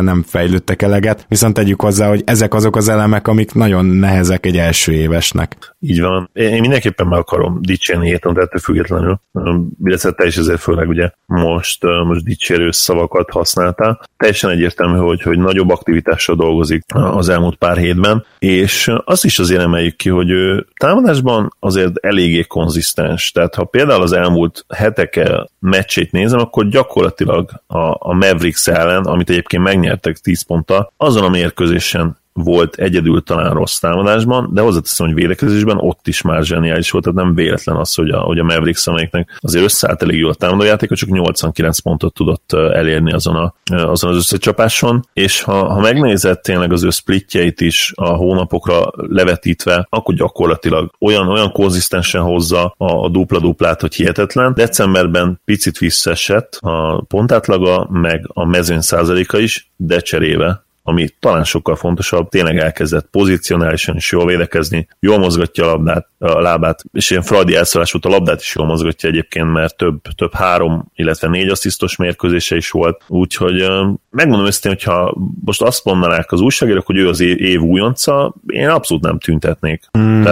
S3: nem fejlődtek eleget, viszont tegyük hozzá, hogy ezek azok az elemek, amik nagyon nehezek egy első évesnek.
S4: Így van. Én mindenképpen meg akarom dicsérni Ayton, de ettől függetlenül. Illetve te is ezért főleg ugye most dicsérő szavakat használtál. Teljesen egyértelmű, hogy nagyobb aktivitással dolgozik az elmúlt pár hétben, és azt is azért emeljük ki, hogy ő támadásban azért eléggé konzisztens. Tehát ha például az elmúlt hetek meccsét nézem, akkor gyakorlatilag a Mavericks ellen, amit egyébként megnyertek 10 ponttal, azon a mérkőzésen volt egyedül talán rossz támadásban, de hozzáteszem, hogy védekezésben ott is már zseniális volt, tehát nem véletlen az, hogy a Mavericks, amelyiknek azért összeállt elég jól a támadójátéka, csak 89 pontot tudott elérni azon az összecsapáson, és ha megnézed tényleg az ő splitjeit is a hónapokra levetítve, akkor gyakorlatilag olyan konzisztensen hozza a dupla-duplát, hogy hihetetlen. Decemberben picit visszaesett a pontátlaga, meg a mezőny százaléka is, de cserébe, ami talán sokkal fontosabb, tényleg elkezdett pozícionálisan is jól védekezni, jól mozgatja a lábát, és ilyen fradi elszólás volt, a labdát is jól mozgatja egyébként, mert több 3, illetve 4 asszisztos mérkőzése is volt, úgyhogy megmondom őszintén, hogyha most azt mondanák az újságírók, hogy ő az év újonca, én abszolút nem tüntetnék.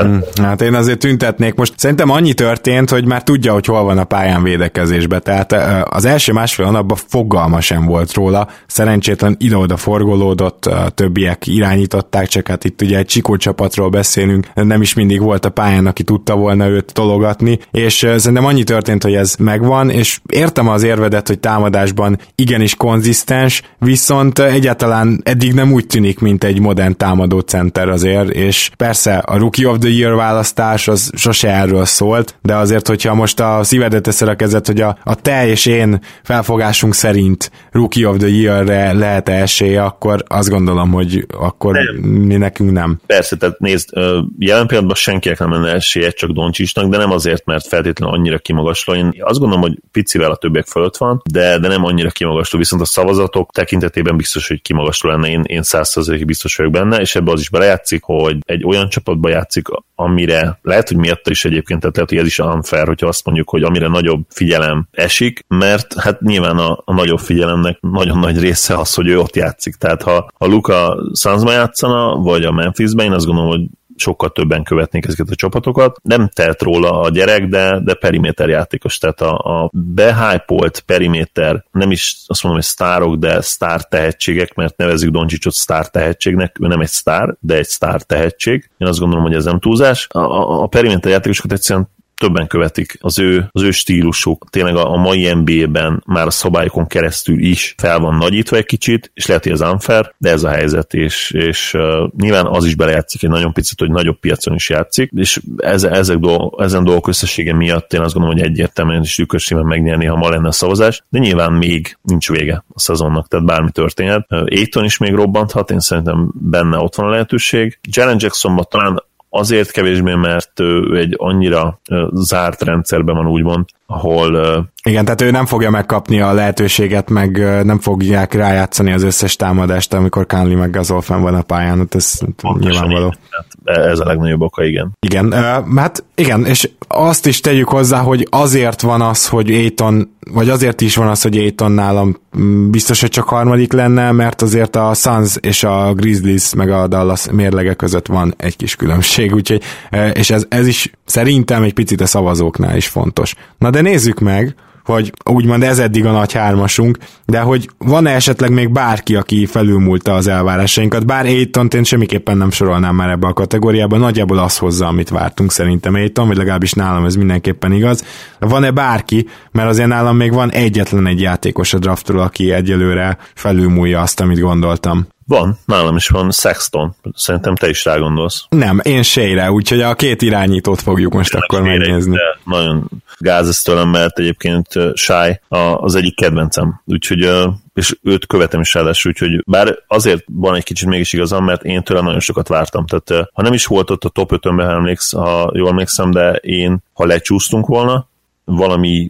S3: Hát én azért tüntetnék. Most szerintem annyi történt, hogy már tudja, hogy hol van a pályán védekezésbe, tehát az első másfél hónapban fogalma sem volt róla, szerencsétlen ide-oda forgolódott, a többiek irányították, csak hát itt ugye egy Csikó csapatról beszélünk, nem is mindig volt a pályán, aki tudta volna őt tologatni, és szerintem annyi történt, hogy ez megvan, és értem az érvedet, hogy támadásban igenis konzisztens, viszont egyáltalán eddig nem úgy tűnik, mint egy modern támadó center azért, és persze a Rookie of the Year választás az sose erről szólt, de azért, hogyha most a szívedet teszel a kezed, hogy a te és én felfogásunk szerint Rookie of the Year-re lehet esélye, akkor azt gondolom, hogy akkor mi nekünk nem.
S4: Persze, tehát nézd, jelen pillanatban senkinek nem lenne esélye, csak Doncsicsnak, de nem azért, mert feltétlenül annyira kimagasló. Én azt gondolom, hogy picivel a többiek fölött van, de nem annyira kimagasló, viszont a szavazatok tekintetében biztos, hogy kimagasló lenne. Én 100%-ig biztos vagyok benne, és ebbe az is belejátszik, hogy egy olyan csapatba játszik, amire lehet, hogy miatta is egyébként, tehát lehet, hogy ez is unfair, hogyha azt mondjuk, hogy amire nagyobb figyelem esik, mert hát nyilván a nagyobb figyelemnek nagyon nagy része az, hogy ő ott játszik. Tehát ha Luka Sunsban játszana, vagy a Memphisben, én azt gondolom, hogy sokkal többen követnék ezeket a csapatokat. Nem tehet róla a gyerek, de periméter játékos, tehát a behypolt periméter, nem is azt mondom, hogy sztárok, de sztár tehetségek, mert nevezzük Doncsicsot sztár tehetségnek, ő nem egy sztár, de egy sztár tehetség. Én azt gondolom, hogy ez nem túlzás. A periméter játékosokat egyszerűen többen követik az ő stílusuk. Tényleg a mai NBA-ben már a szabályokon keresztül is fel van nagyítva egy kicsit, és lehet, hogy ez unfair, de ez a helyzet, és nyilván az is belejátszik egy nagyon picit, hogy nagyobb piacon is játszik, és ezen dolgok összessége miatt én azt gondolom, hogy egyértelműen is tükrösében megnyerni, ha ma lenne a szavazás, de nyilván még nincs vége a szezonnak, tehát bármi történhet. Ayton is még robbanthat, én szerintem benne ott van a lehetőség. Jaren Jacksonban talán azért kevésbé, mert ő egy annyira zárt rendszerben van, úgymond, ahol...
S3: Igen, tehát ő nem fogja megkapni a lehetőséget, meg nem fogják rájátszani az összes támadást, amikor Conley meg Gasol fenn van a pályán, ez nyilvánvaló.
S4: Ez a legnagyobb oka, igen.
S3: Igen, hát igen, és azt is tegyük hozzá, hogy azért van az, hogy Ayton, vagy azért is van az, hogy Ayton nálam biztos, hogy csak harmadik lenne, mert azért a Suns és a Grizzlies meg a Dallas mérlege között van egy kis különbség, úgyhogy, és ez is szerintem egy picit a szavazóknál is fontos. Na de nézzük meg, hogy úgymond ez eddig a nagy hármasunk, de hogy van-e esetleg még bárki, aki felülmúlta az elvárásainkat, bár Aytont én semmiképpen nem sorolnám már ebbe a kategóriába, nagyjából az hozza, amit vártunk szerintem Ayton, vagy legalábbis nálam ez mindenképpen igaz. Van-e bárki, mert azért nálam még van egyetlen egy játékos a draftról, aki egyelőre felülmúlja azt, amit gondoltam.
S4: Van, nálam is van Sexton. Szerintem te is rágondolsz.
S3: Nem, én Shea-re, úgyhogy a két irányítót fogjuk most én akkor megnézni.
S4: Nagyon gáz ez tőlem, mert egyébként Shai az egyik kedvencem. Úgyhogy és őt követem is ráadásul, úgyhogy bár azért van egy kicsit mégis igazam, mert én tőle nagyon sokat vártam. Tehát ha nem is volt ott a top 5-ben, ha jól emlékszem, de ha lecsúsztunk volna, valami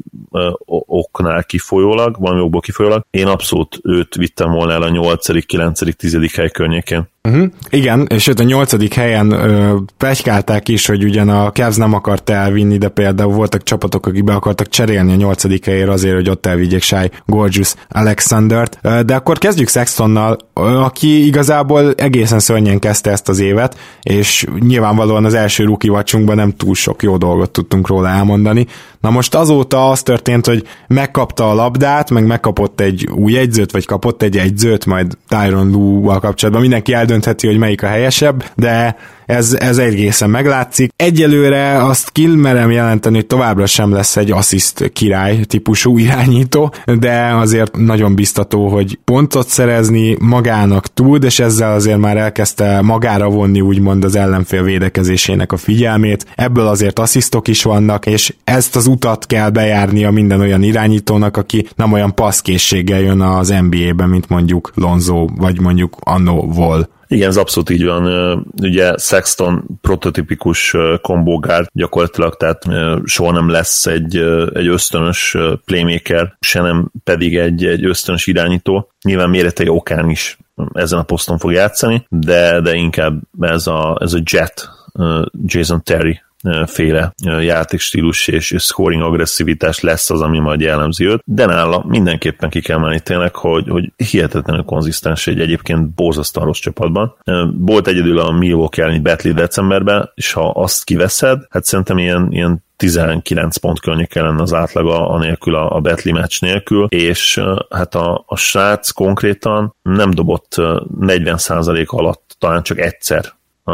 S4: oknál kifolyólag, valami okból kifolyólag, én abszolút őt vittem volna el a 8., 9., 10. hely környékén.
S3: Igen, és a 8. helyen pletykálták is, hogy ugyan a Cavs nem akart elvinni, de például voltak csapatok, akik be akartak cserélni a 8. helyére azért, hogy ott elvigyék Shai Gilgeous-Alexandert. De akkor kezdjük Sextonnal, aki igazából egészen szörnyen kezdte ezt az évet, és nyilvánvalóan az első rookie watchunkban nem túl sok jó dolgot tudtunk róla elmondani. Na most azóta az történt, hogy megkapta a labdát, meg megkapott egy új jegyzőt, vagy kapott egy jegyzőt, majd Tyronn Lue-val kapcsolatban mindenki eldöntheti, hogy melyik a helyesebb, de ez egészen meglátszik. Egyelőre azt kimerem jelenteni, hogy továbbra sem lesz egy assziszt király típusú irányító, de azért nagyon biztató, hogy pontot szerezni magának tud, és ezzel azért már elkezdte magára vonni úgymond az ellenfél védekezésének a figyelmét. Ebből azért asszisztok is vannak, és ezt az utat kell bejárnia minden olyan irányítónak, aki nem olyan passzkészséggel jön az NBA-be, mint mondjuk Lonzo, vagy mondjuk annó Wall.
S4: Igen, ez abszolút így van. Ugye Sexton prototipikus kombógárd gyakorlatilag, tehát soha nem lesz egy ösztönös playmaker, se nem pedig egy ösztönös irányító. Nyilván méretei okán is ezen a poszton fog játszani, de inkább ez a jet Jason Terry féle játékstílus és scoring agresszivitás lesz az, ami majd jellemzi őt, de nála mindenképpen ki kell menni tényleg, hogy hihetetlenül konzisztens egy egyébként borzasztóan rossz csapatban. Volt egyedül a Milwaukee elleni Batley decemberben, és ha azt kiveszed, hát szerintem ilyen 19 pont környéken lenne az átlaga anélkül a Batley meccs nélkül, és hát a srác konkrétan nem dobott 40% alatt talán csak egyszer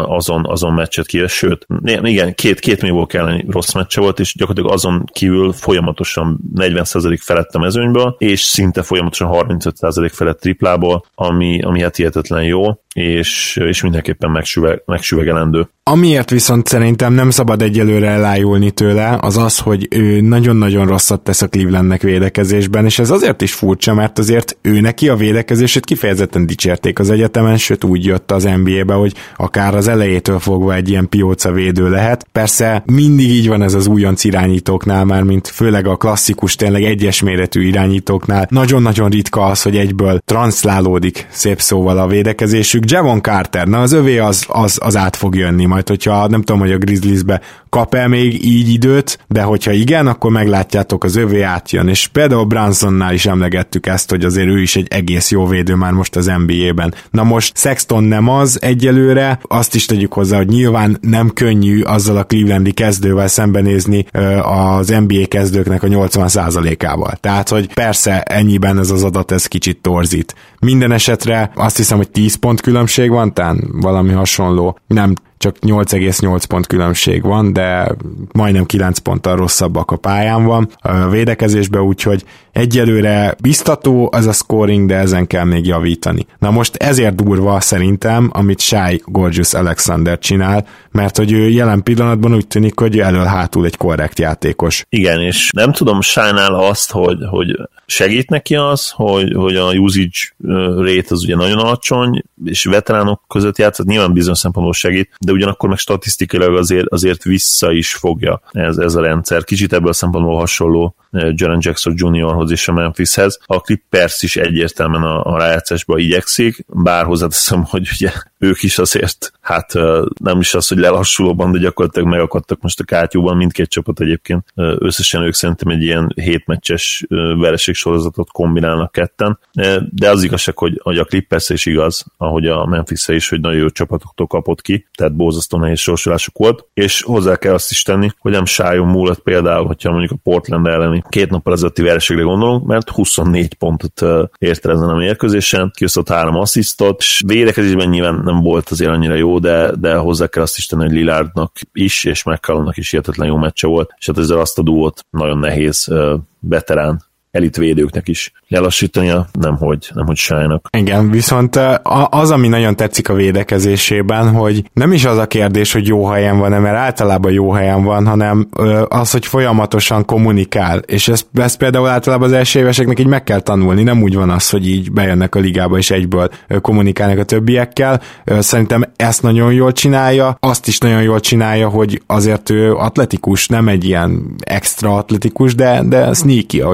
S4: azon meccset kívül, sőt, igen, két Milwaukee elleni rossz meccse volt, és gyakorlatilag azon kívül folyamatosan 40% felett a mezőnyből, és szinte folyamatosan 35% felett triplából, ami hát hihetetlen jó, és mindenképpen megsüvegelendő.
S3: Amiért viszont szerintem nem szabad egyelőre elájulni tőle, az az, hogy ő nagyon-nagyon rosszat tesz a Clevelandnek védekezésben, és ez azért is furcsa, mert azért ő neki a védekezését kifejezetten dicsérték az egyetemen, sőt úgy jött az NBA-be, hogy akár az elejétől fogva egy ilyen pióca védő lehet. Persze mindig így van ez az újonc irányítóknál már, mint főleg a klasszikus, tényleg egyes méretű irányítóknál. Nagyon-nagyon ritka az, hogy egyből transzlálódik szép szóval a védekezésük. Javon Carter, na az övé az át fog jönni, majd hogyha nem tudom, hogy a Grizzliesbe kap-e még így időt, de hogyha igen, akkor meglátjátok, az övé átjön, és például Brunsonnál is emlegettük ezt, hogy azért ő is egy egész jó védő már most az NBA-ben. Na most Sexton nem az egyelőre, azt is tegyük hozzá, hogy nyilván nem könnyű azzal a clevelandi kezdővel szembenézni az NBA kezdőknek a 80%-ával. Tehát, hogy persze ennyiben ez az adat, ez kicsit torzít. Minden esetre azt hiszem, hogy 10 pont különbség van, talán valami hasonló, nem csak 8,8 pont különbség van, de majdnem 9 ponttal rosszabbak a pályán van a védekezésben, úgyhogy egyelőre biztató az a scoring, de ezen kell még javítani. Na most ezért durva szerintem, amit Shai Gilgeous-Alexander csinál, mert hogy ő jelen pillanatban úgy tűnik, hogy elől-hátul egy korrekt játékos.
S4: Igen, és nem tudom Shai-nál azt, hogy segít neki az, hogy a usage rate az ugye nagyon alacsony, és veteránok között játszott, nyilván bizonyos szempontból segít, de ugyanakkor meg statisztikailag azért vissza is fogja ez a rendszer. Kicsit ebből a szempontból hasonló Jaren Jackson Jr.-hoz és a Memphishez. A Clippers is egyértelműen a rájátszásba igyekszik, bár hozzáteszem, hogy ugye ők is azért, hát nem is az, hogy lelassulóban, de gyakorlatilag megakadtak most a kátyúban, mindkét csapat egyébként. Összesen ők szerintem egy ilyen 7 meccses vereségsorozatot kombinálnak ketten, de az igazság, hogy a Clippers is igaz, ahogy a Memphis-e is, hogy nagyon jó csapatoktól kapott ki, tehát borzasztó nehéz sorsolásuk volt, és hozzá kell azt is tenni, hogy nem Shai-on múlott például, hogyha mondjuk a Portland elleni 2 nappal ezelőtti vereségre gondolunk, mert 24 pontot ért el ezen a mérkőzésen, kiosztott 3 asszisztot, és védekezésben nyilván nem volt azért annyira jó, de hozzá kell azt is tenni, hogy Lillardnak is, és McCallumnak is hihetetlen jó meccse volt, és hát ezzel azt a duót nagyon nehéz veterán elitvédőknek is lelassítania, nemhogy Shai-nak.
S3: Igen, viszont az, ami nagyon tetszik a védekezésében, hogy nem is az a kérdés, hogy jó helyen van, mert általában jó helyen van, hanem az, hogy folyamatosan kommunikál, és ezt például általában az első éveseknek így meg kell tanulni, nem úgy van az, hogy így bejönnek a ligába, és egyből kommunikálnak a többiekkel. Szerintem ezt nagyon jól csinálja, azt is nagyon jól csinálja, hogy azért ő atletikus, nem egy ilyen extra atletikus, de sneaky, ahogy szokták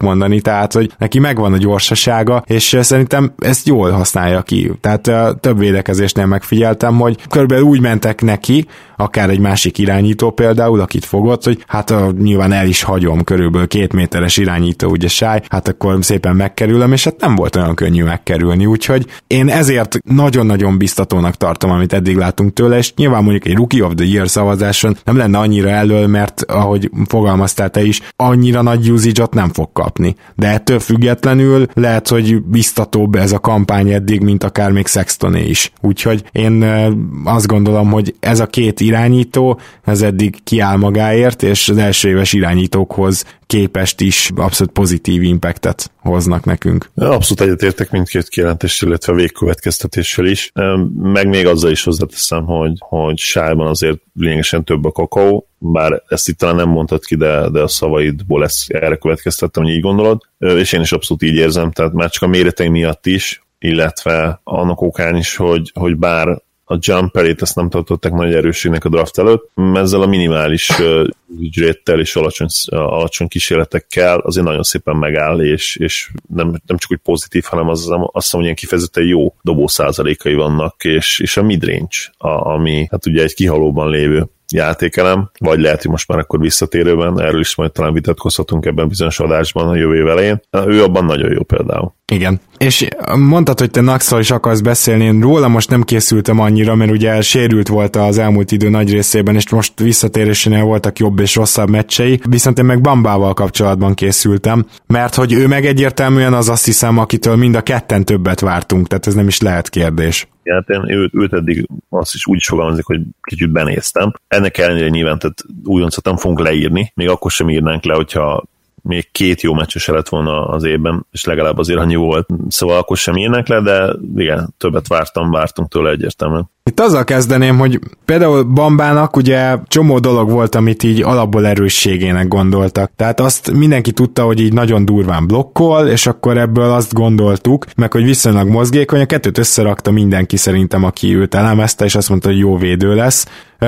S3: mondani, tehát hogy neki megvan a gyorsasága, és szerintem ezt jól használja ki. Tehát több védekezésnél megfigyeltem, hogy körülbelül úgy mentek neki, akár egy másik irányító például, akit fogott, hogy hát nyilván el is hagyom, körülbelül 2 méteres irányító, ugye Sáj, hát akkor szépen megkerülöm, és hát nem volt olyan könnyű megkerülni, úgyhogy én ezért nagyon-nagyon biztatónak tartom, amit eddig látunk tőle, és nyilván mondjuk egy Rookie of the Year szavazáson nem lenne annyira elől, mert ahogy fogalmaztál te is, annyira nagy usage-ot nem fog kapni. De ettől függetlenül lehet, hogy biztatóbb ez a kampány eddig, mint akár még Sextoné is. Úgyhogy én azt gondolom, hogy ez a 2 irányító, ez eddig kiáll magáért, és az első éves irányítókhoz képest is abszolút pozitív impactet hoznak nekünk.
S4: Abszolút egyetértek mindkét kijelentéssel, illetve végkövetkeztetéssel is. Meg még azzal is hozzáteszem, hogy Sájban azért lényegesen több a kakaó, bár ezt itt talán nem mondtad ki, de a szavaidból erre következtettem, hogy így gondolod, és én is abszolút így érzem, tehát már csak a méretei miatt is, illetve annak okán is, hogy bár a jumperét ezt nem tartották nagy erősségnek a draft előtt, ezzel a minimális ügyréttel és alacsony kísérletekkel azért nagyon szépen megáll, és nem csak úgy pozitív, hanem azt hiszem, hogy ilyen kifejezetten jó dobó százalékai vannak, és a midrange, ami hát ugye egy kihalóban lévő játékelem, vagy lehet, hogy most már akkor visszatérőben, erről is majd talán vitatkozhatunk ebben bizonyos adásban a jövő év elején. Ő abban nagyon jó például.
S3: Igen. És mondtad, hogy te Knoxról is akarsz beszélni, én róla most nem készültem annyira, mert ugye sérült volt az elmúlt idő nagy részében, és most visszatérésénél voltak jobb és rosszabb meccsei, viszont én meg Bambával kapcsolatban készültem, mert hogy ő meg egyértelműen az, azt hiszem, akitől mind a ketten többet vártunk, tehát ez nem is lehet kérdés.
S4: Hát én őt eddig azt is úgy is fogalmazik, hogy kicsit benéztem. Ennek ellenére nyilván tehát újoncot nem fogunk leírni, még akkor sem írnánk le, hogyha még 2 jó meccsese lett volna az évben, és legalább azért annyi volt. Szóval akkor sem írnánk le, de igen, többet vártunk tőle egyértelműen.
S3: Itt azzal kezdeném, hogy például Bambának ugye csomó dolog volt, amit így alapból erősségének gondoltak. Tehát azt mindenki tudta, hogy így nagyon durván blokkol, és akkor ebből azt gondoltuk, meg hogy viszonylag mozgékony, a kettőt összerakta mindenki szerintem, aki őt elemezte, és azt mondta, hogy jó védő lesz.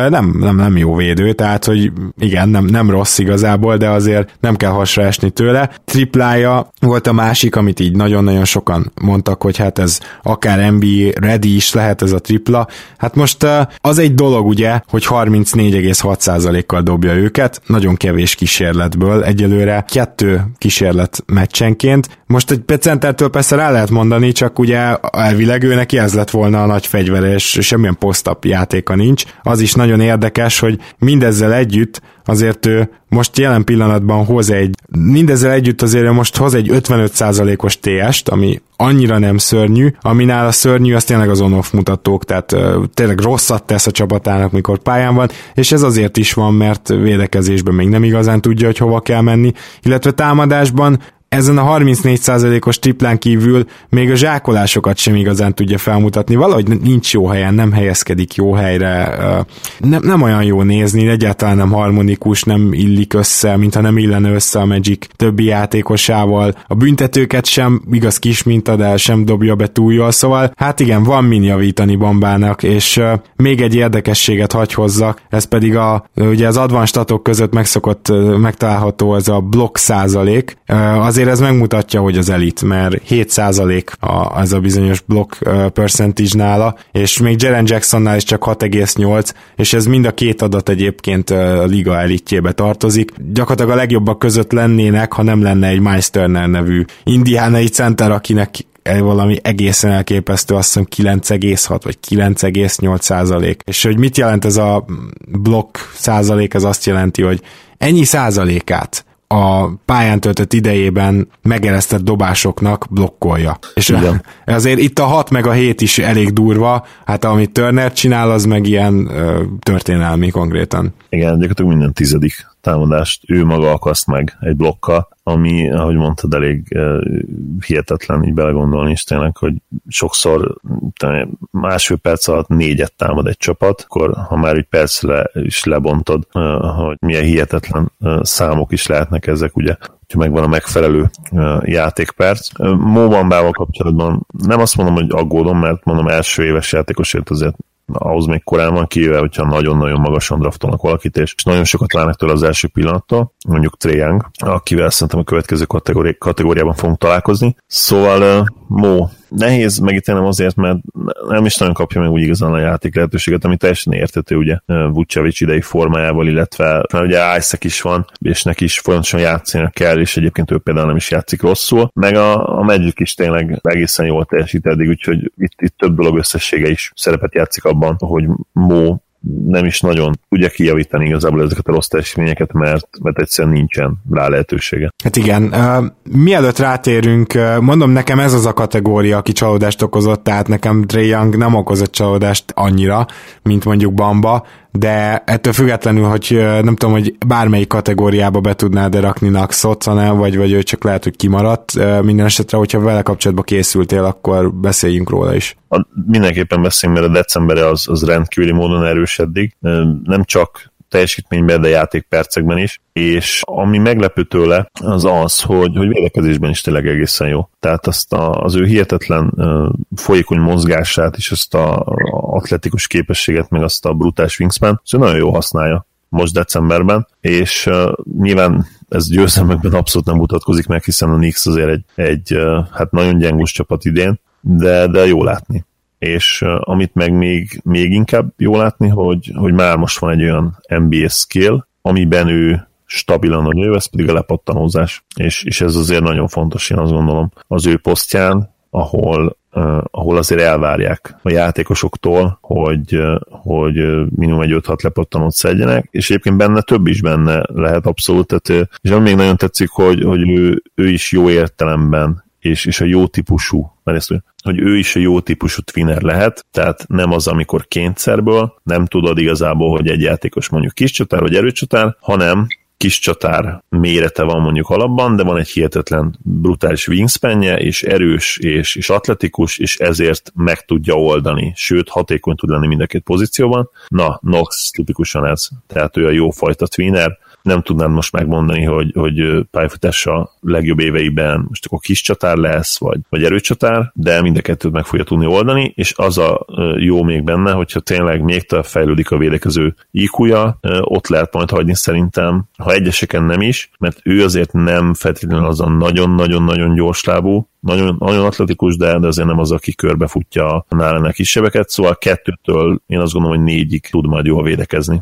S3: Nem jó védő, tehát hogy igen, nem rossz igazából, de azért nem kell hasra esni tőle. Triplája volt a másik, amit így nagyon-nagyon sokan mondtak, hogy hát ez akár NBA ready is lehet ez a tripla. Hát most az egy dolog ugye, hogy 34,6%-kal dobja őket, nagyon kevés kísérletből, egyelőre 2 kísérlet meccsenként. Most egy centertől persze rá lehet mondani, csak ugye elvileg ő neki ez lett volna a nagy fegyvere, és semmilyen post-up játéka nincs. Az is nagyon érdekes, hogy mindezzel együtt azért ő most jelen pillanatban hoz egy 55%-os TS-t, ami annyira nem szörnyű, aminál a szörnyű az tényleg az on-off mutatók, tehát tényleg rosszat tesz a csapatának, mikor pályán van, és ez azért is van, mert védekezésben még nem igazán tudja, hogy hova kell menni, illetve támadásban ezen a 34%-os triplán kívül még a zsákolásokat sem igazán tudja felmutatni. Valahogy nincs jó helyen, nem helyezkedik jó helyre, nem olyan jó nézni, egyáltalán nem harmonikus, nem illik össze, mintha nem illene össze a Magic többi játékosával. A büntetőket sem, igaz kis minta, de sem dobja be túl jól, szóval hát igen, van min javítani Bambának, és még egy érdekességet hagy hozzak, ez pedig ugye az advanced statok között megtalálható ez a blokk százalék, azért ez megmutatja, hogy az elit, mert 7% ez a bizonyos block percentage nála, és még Jaren Jacksonnál is csak 6,8, és ez mind a 2 adat egyébként a liga elitjébe tartozik. Gyakorlatilag a legjobbak között lennének, ha nem lenne egy Miles Turner nevű indiánai center, akinek valami egészen elképesztő, azt hiszem 9,6 vagy 9,8%. És hogy mit jelent ez a block százalék, ez azt jelenti, hogy ennyi százalékát a pályán töltött idejében megeresztett dobásoknak blokkolja. És azért itt a 6 meg a 7 is elég durva, hát amit Turner csinál, az meg ilyen történelmi konkrétan.
S4: Igen, gyakorlatilag minden 10. támadást ő maga akaszt meg egy blokkal, ami, ahogy mondtad, elég hihetetlen így belegondolni is tényleg, hogy sokszor másfél perc alatt 4 támad egy csapat, akkor ha már egy percre is lebontod, hogy milyen hihetetlen számok is lehetnek ezek, ugye, hogyha megvan a megfelelő játékperc. Mo Bambával kapcsolatban nem azt mondom, hogy aggódom, mert mondom első éves játékosért azért ahhoz még korán van, kivéve, hogyha nagyon-nagyon magasan draftolnak valakit, és nagyon sokat várnak tőle az első pillanattól, mondjuk Trae Young, akivel szerintem a következő kategóriában fogunk találkozni. Szóval Mo, nehéz megítélnem azért, mert nem is nagyon kapja meg úgy igazán a játék lehetőséget, ami teljesen érthető ugye Vucevic idei formájával, illetve mert ugye Isaac is van, és neki is folyamatosan játszani kell, és egyébként ő például nem is játszik rosszul, meg a Magic is tényleg egészen jól teljesít eddig, úgyhogy itt több dolog összessége is szerepet játszik abban, hogy Mo nem is nagyon tudja kijavítani igazából ezeket a rossz teljesítményeket, mert egyszerűen nincsen rá lehetősége.
S3: Hát igen, mielőtt rátérünk, mondom, nekem ez az a kategória, aki csalódást okozott, tehát nekem Trae Young nem okozott csalódást annyira, mint mondjuk Bamba, de ettől függetlenül, hogy nem tudom, hogy bármelyik kategóriába be tudnád rakni Knoxot, vagy ő csak lehet, hogy kimaradt. Minden esetre, hogyha vele kapcsolatban készültél, akkor beszéljünk róla is.
S4: Mindenképpen beszéljünk, mert a decembere az rendkívüli módon erős eddig. Nem csak teljesítményben, de játékpercekben is, és ami meglepő tőle, az, hogy védekezésben is tényleg egészen jó. Tehát azt az ő hihetetlen folyékony mozgását, és azt az atletikus képességet, meg azt a brutális wingspan, azt ő nagyon jól használja most decemberben, és nyilván ez győzelmekben abszolút nem mutatkozik meg, hiszen a Knicks azért egy hát nagyon gyengus csapat idén, de jó látni. És amit meg még inkább jó látni, hogy már most van egy olyan NBA skill, amiben ő stabilan a nő, ez pedig a lepattanózás. És ez azért nagyon fontos, én azt gondolom, az ő posztján, ahol azért elvárják a játékosoktól, hogy minimum egy 5-6 lepattanót szedjenek, és egyébként benne több is benne lehet abszolút, tehát, és ami még nagyon tetszik, hogy ő is jó értelemben és a jó típusú, hogy ő is a jó típusú twinner lehet, tehát nem az, amikor kényszerből, nem tudod igazából, hogy egy játékos mondjuk kis csatár vagy erőcsatár, hanem kis csatár mérete van mondjuk alapban, de van egy hihetetlen brutális wingspanje, és erős, és atletikus, és ezért meg tudja oldani, sőt, hatékony tud lenni mind a két pozícióban. Na, Knox tipikusan ez, tehát ő a jó fajta twinner. Nem tudnám most megmondani, hogy pályafutása legjobb éveiben most akkor kis csatár lesz, vagy erőcsatár, de mind a kettőt meg fogja tudni oldani, és az a jó még benne, hogyha tényleg még tovább fejlődik a védekező IQ-ja, ott lehet majd hagyni szerintem, ha egyeseken nem is, mert ő azért nem feltétlenül az a nagyon-nagyon-nagyon gyorslábú, nagyon atletikus, de azért nem az, aki körbefutja nála kisebbeket, szóval 2-től én azt gondolom, hogy 4-ig tud majd jól védekezni.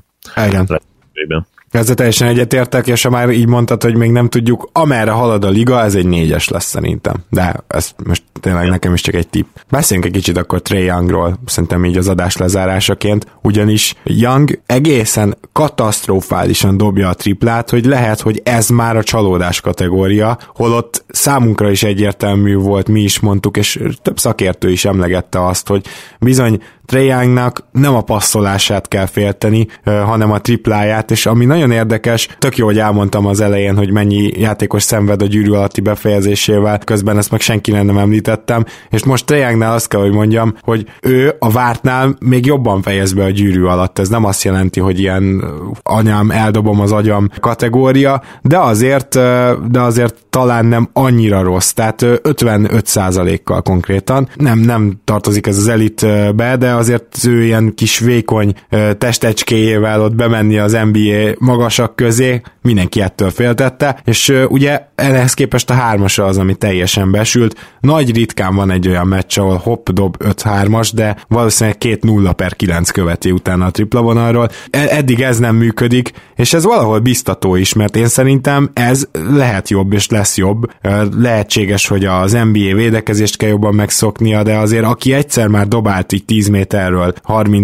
S3: Igen. Ezzel teljesen egyetértek, és ha már így mondtad, hogy még nem tudjuk, amerre halad a liga, ez egy 4-es lesz szerintem. De ez most tényleg nekem is csak egy tipp. Beszéljünk egy kicsit akkor Trae Youngról, szerintem így az adás lezárásaként, ugyanis Young egészen katasztrofálisan dobja a triplát, hogy lehet, hogy ez már a csalódás kategória, holott számunkra is egyértelmű volt, mi is mondtuk, és több szakértő is emlegette azt, hogy bizony Trae Youngnak nem a passzolását kell félteni, hanem a tripláját, és ami nagyon érdekes, tök jó, hogy elmondtam az elején, hogy mennyi játékos szenved a gyűrű alatti befejezésével, közben ezt meg senkinek nem említettem, és most Trae Youngnál azt kell, hogy mondjam, hogy ő a vártnál még jobban fejez be a gyűrű alatt. Ez nem azt jelenti, hogy ilyen anyám, eldobom az agyam kategória, de azért talán nem annyira rossz, tehát 55%-kal konkrétan. Nem tartozik ez az elitbe, de azért ő ilyen kis vékony testecskéjével ott bemenni az NBA magasak közé, mindenki ettől féltette, és ugye ehhez képest a 3-as az, ami teljesen besült. Nagy ritkán van egy olyan meccs, ahol hopp dob 5-3-as, de valószínűleg 2-0/9 követi utána a tripla vonalról. Eddig ez nem működik, és ez valahol biztató is, mert én szerintem ez lehet jobb, és lesz jobb. Lehetséges, hogy az NBA védekezést kell jobban megszoknia, de azért aki egyszer már dobált így 10 méterről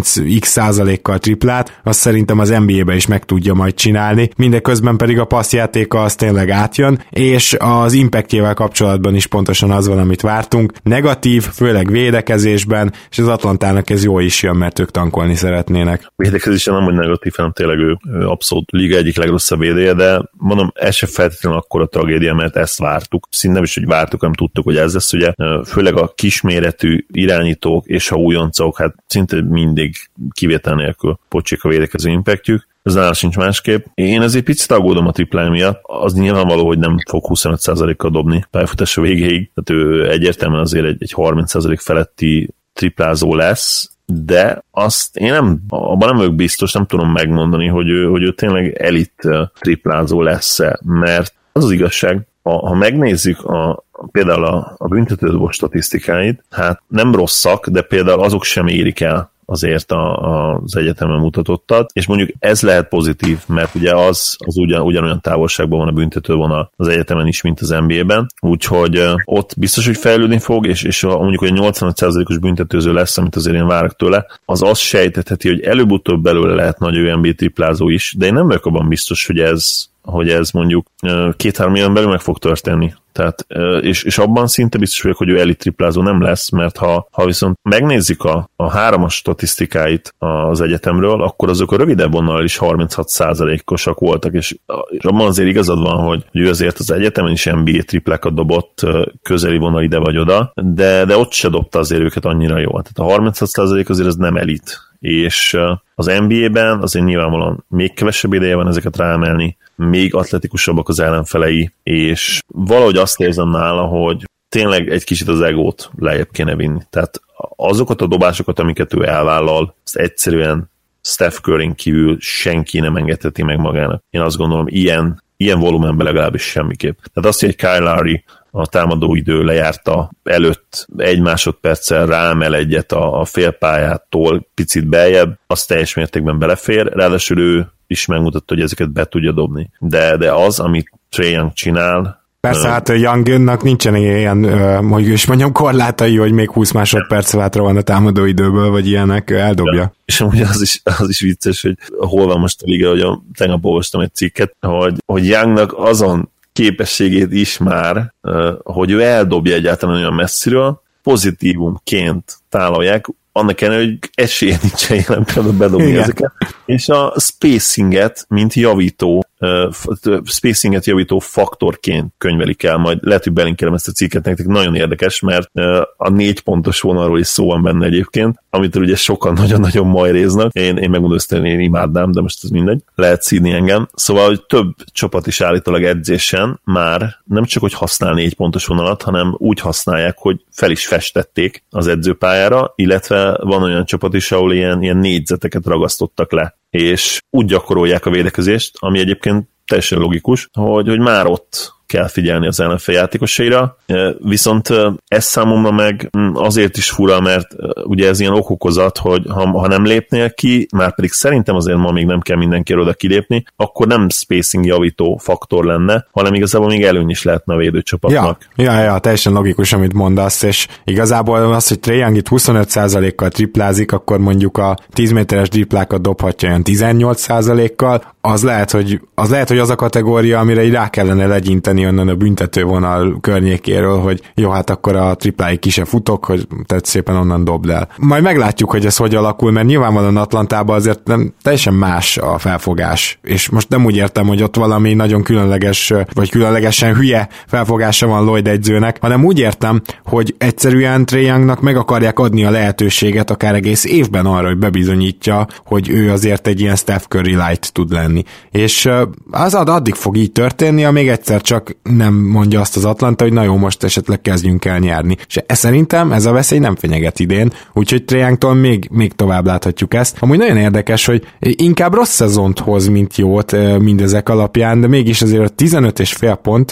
S3: 30x% triplát, azt szerintem az NBA-be is meg tudja majd csinálni. Mindeközben pedig a passzjátéka az tényleg átjön, és az impactjével kapcsolatban is pontosan az van, amit vártunk. Negatív, főleg védekezésben, és az Atlantának ez jó is jön, mert ők tankolni szeretnének.
S4: Védekezésen nem, hogy negatív, hanem tényleg ő abszolút liga egyik legrosszabb védője, de mondom, ez se feltétlenül akkora tragédia, mert ezt vártuk. Szinte nem is, hogy vártuk, hanem tudtuk, hogy ez lesz, ugye főleg a kisméretű irányítók és a újoncok, hát szinte mindig kivétel nélkül pocsik a védekező impactjük. Ez nála sincs másképp. Én azért picit aggódom a triplája miatt. Az nyilvánvaló, hogy nem fog 25%-kal dobni pályafutása végéig. Tehát ő egyértelműen azért egy 30% feletti triplázó lesz, de azt én abban nem vagyok biztos, nem tudom megmondani, hogy ő tényleg elit triplázó lesz-e, mert az igazság, ha megnézzük például a büntetődobos statisztikáit, hát nem rosszak, de például azok sem érik el azért az egyetemen mutatottat, és mondjuk ez lehet pozitív, mert ugye az ugyanolyan távolságban van a büntetővonal az egyetemen is, mint az NBA-ben, úgyhogy ott biztos, hogy fejlődni fog, és mondjuk, hogy 85%-os büntetőző lesz, amit azért én várok tőle, az azt sejtetheti, hogy előbb-utóbb belőle lehet nagy NBA triplázó is, de én nem vagyok abban biztos, hogy ez mondjuk 2-3 éven belül meg fog történni. Tehát, és abban szinte biztos vagyok, hogy ő elit triplázó nem lesz, mert ha viszont megnézzük a 3-as statisztikáit az egyetemről, akkor azok a rövidebb vonal is 36%-osak voltak, és abban azért igazad van, hogy ő azért az egyetemen is NBA triplákat dobott, közeli vonal ide vagy oda, de ott se dobta azért őket annyira jól. Tehát a 36% azért ez nem elit. És az NBA-ben azért nyilvánvalóan még kevesebb ideje van ezeket ráemelni, még atletikusabbak az ellenfelei, és valahogy azt érzem nála, hogy tényleg egy kicsit az egót lejjebb kéne vinni. Tehát azokat a dobásokat, amiket ő elvállal, azt egyszerűen Steph Curryn kívül senki nem engedheti meg magának. Én azt gondolom, ilyen volumenben legalábbis semmiképp. Tehát azt, hogy egy Kyle Lowry a támadóidő lejárta előtt 1 másodperccel ráemel egyet a félpályától picit beljebb, az teljes mértékben belefér, ráadásul ő is megmutatta, hogy ezeket be tudja dobni. De az, amit Trae Young csinál...
S3: Persze, hát a Youngnak nincsen ilyen, hogy is mondjam, korlátai, hogy még 20 másodperc hátra van a támadóidőből, vagy ilyenek, eldobja. Ja.
S4: És amúgy az is vicces, hogy hol van most a liga, hogy tegnap olvastam egy cikket, hogy Youngnak azon képességét is már, hogy ő eldobja egyáltalán olyan messziről, pozitívumként tálalják, annak ellenére, hogy esélye nincsen jelen például bedobni ezeket. És a spacinget, mint spacinget javító faktorként könyvelik el, majd lehet, hogy belinkelem ezt a cikket nektek, nagyon érdekes, mert a 4 pontos vonalról is szó van benne egyébként, amitől ugye sokan nagyon-nagyon majréznak. Én megmondom ezt, én imádnám, de most ez mindegy. Lehet szídni engem. Szóval, hogy több csapat is állítólag edzésen már nem csak, hogy használ 4 pontos vonalat, hanem úgy használják, hogy fel is festették az edzőpályára, illetve van olyan csapat is, ahol ilyen négyzeteket ragasztottak le, és úgy gyakorolják a védekezést, ami egyébként teljesen logikus, hogy már ott kell figyelni az ellenfél játékosaira, viszont ez számomra meg azért is fura, mert ugye ez ilyen okokozat, hogy ha nem lépnél ki, már pedig szerintem azért ma még nem kell mindenkiről oda kilépni, akkor nem spacing javító faktor lenne, hanem igazából még előny is lehetne a védőcsapatnak.
S3: Ja, teljesen logikus, amit mondasz, és igazából az, hogy Trae Young itt 25%-kal triplázik, akkor mondjuk a 10 méteres triplákat dobhatja olyan 18%-kal, az lehet, hogy az a kategória, amire így rá kellene legyinteni onnan a büntetővonal környékéről, hogy jó, hát akkor a tripláig ki se futok, hogy tehát szépen onnan dobd el. Majd meglátjuk, hogy ez hogy alakul, mert nyilvánvalóan Atlantában azért nem teljesen más a felfogás, és most nem úgy értem, hogy ott valami nagyon különleges, vagy különlegesen hülye felfogása van Lloyd edzőnek, hanem úgy értem, hogy egyszerűen Trae Youngnak meg akarják adni a lehetőséget akár egész évben arra, hogy bebizonyítja, hogy ő azért egy ilyen Steph Curry light tud lenni. És az addig fog így történni, amíg egyszer csak nem mondja azt az Atlanta, hogy na jó, most esetleg kezdjünk el nyerni. És szerintem ez a veszély nem fenyeget idén, úgyhogy Trae Youngtól még tovább láthatjuk ezt. Amúgy nagyon érdekes, hogy inkább rossz szezont hoz, mint jót mindezek alapján, de mégis azért 15,5 pont,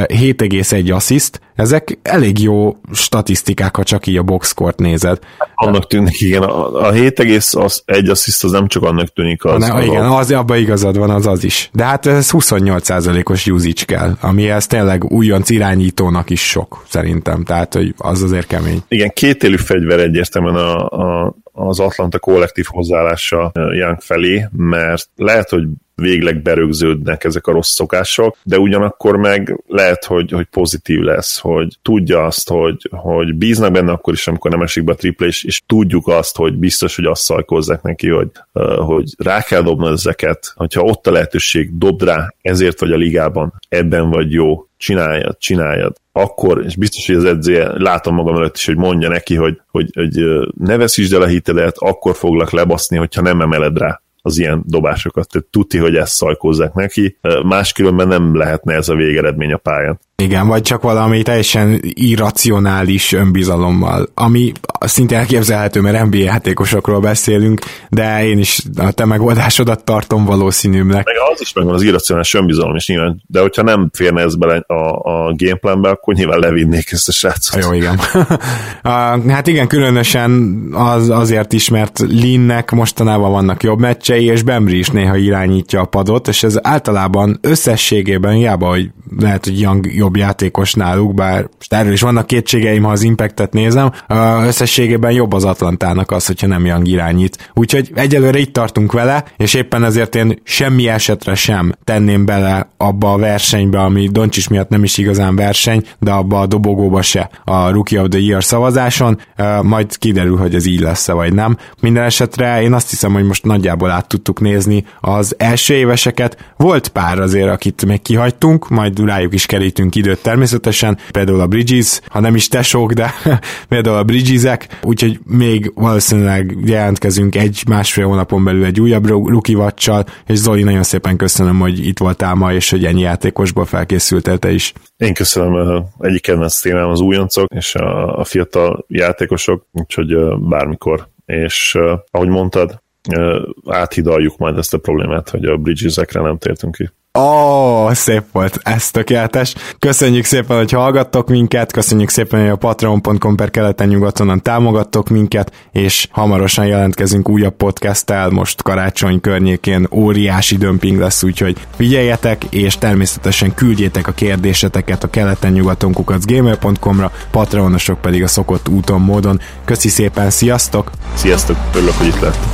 S3: 7,1 assziszt, ezek elég jó statisztikák, ha csak így a boxscore-t nézed.
S4: Annak tűnik, igen, a 7,1 assziszt az nem csak annak tűnik
S3: igen, abban igazad van, az is. De hát ez 28%-os usage kell, ami ez tényleg újonc irányítónak is sok, szerintem. Tehát, hogy az azért kemény.
S4: Igen, kétélű fegyver egyértelműen az Atlanta kollektív hozzáállása Young felé, mert lehet, hogy végleg berögződnek ezek a rossz szokások, de ugyanakkor meg lehet, hogy pozitív lesz, hogy tudja azt, hogy bíznak benne akkor is, amikor nem esik be a triple, és tudjuk azt, hogy biztos, hogy azt szajkozzák neki, hogy rá kell dobnod ezeket, hogyha ott a lehetőség, dobd rá, ezért vagy a ligában, ebben vagy jó, csináljad. Akkor, és biztos, hogy az edzője, látom magam előtt is, hogy mondja neki, hogy ne veszítsd el a hitedet, akkor foglak lebaszni, hogyha nem emeled rá az ilyen dobásokat. Tehát tuti, hogy ezt szajkozzák neki, máskülönben nem lehetne ez a végeredmény a pályán.
S3: Igen, vagy csak valami teljesen irracionális önbizalommal, ami szinte elképzelhető, mert NBA játékosokról beszélünk, de én is a te megoldásodat tartom valószínűbbnek.
S4: Meg az is megvan az irracionális önbizalom is nyilván, de hogyha nem férne ez bele a gameplanbe, akkor nyilván levinnék ezt a srácot.
S3: Jó, igen. Hát igen, különösen azért is, mert Linnek mostanában vannak jobb meccsei, és Bembry is néha irányítja a padot, és ez általában összességében hiába, hogy lehet, hogy Young jobb játékos náluk, bár erről is vannak kétségeim, ha az Impactet nézem, összességében jobb az Atlantának az, hogyha nem Young irányít. Úgyhogy egyelőre itt tartunk vele, és éppen ezért én semmi esetre sem tenném bele abba a versenybe, ami Doncsics miatt nem is igazán verseny, de abba a dobogóba se a Rookie of the Year szavazáson, majd kiderül, hogy ez így lesz-e vagy nem. Minden esetre én azt hiszem, hogy most nagyjából át tudtuk nézni az első éveseket. Volt pár azért, akit még kihagytunk, majd rájuk is kerítünk időt természetesen, például a Bridges, ha nem is tesók, de például a Bridgesek, úgyhogy még valószínűleg jelentkezünk egy-másfél hónapon belül egy újabb rookie watch-sal, és Zoli, nagyon szépen köszönöm, hogy itt voltál ma, és hogy ennyi játékosból felkészültél te is.
S4: Én köszönöm, egyik kedvenc témám az újoncok és a fiatal játékosok, úgyhogy bármikor. És ahogy mondtad, áthidaljuk majd ezt a problémát, hogy a Bridgesekre nem tértünk ki.
S3: Szép volt, ez tökéletes. Köszönjük szépen, hogy hallgattok minket, köszönjük szépen, hogy a patreon.com/keleten-nyugaton támogattok minket, és hamarosan jelentkezünk újabb podcasttel, most karácsony környékén óriási dömping lesz, úgyhogy figyeljetek, és természetesen küldjétek a kérdéseteket a keleten-nyugaton@gmail.com-ra, patreonosok pedig a szokott úton, módon. Köszi szépen, sziasztok!
S4: Sziasztok, örülök, hogy itt lett.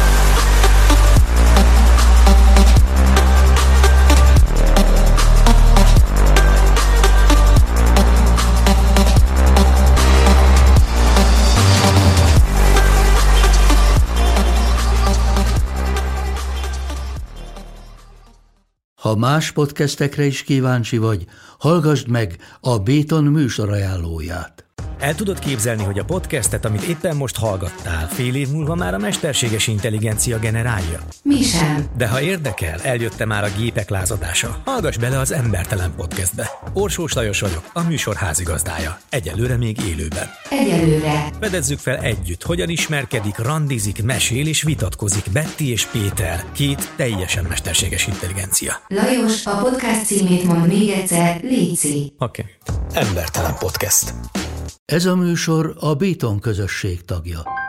S5: Ha más podcastekre is kíváncsi vagy, hallgassd meg a Béton műsor ajánlóját.
S6: El tudod képzelni, hogy a podcastet, amit éppen most hallgattál, fél év múlva már a mesterséges intelligencia generálja?
S7: Mi sem.
S6: De ha érdekel, eljött már a gépek lázadása. Hallgass bele az Embertelen Podcastbe. Orsós Lajos vagyok, a műsor házigazdája. Egyelőre még élőben.
S7: Egyelőre.
S6: Fedezzük fel együtt, hogyan ismerkedik, randizik, mesél és vitatkozik Betty és Péter, két teljesen mesterséges intelligencia.
S7: Lajos, a podcast címét mond még egyszer, léci.
S6: Oké. Embertelen Podcast.
S5: Ez a műsor a Béton közösség tagja.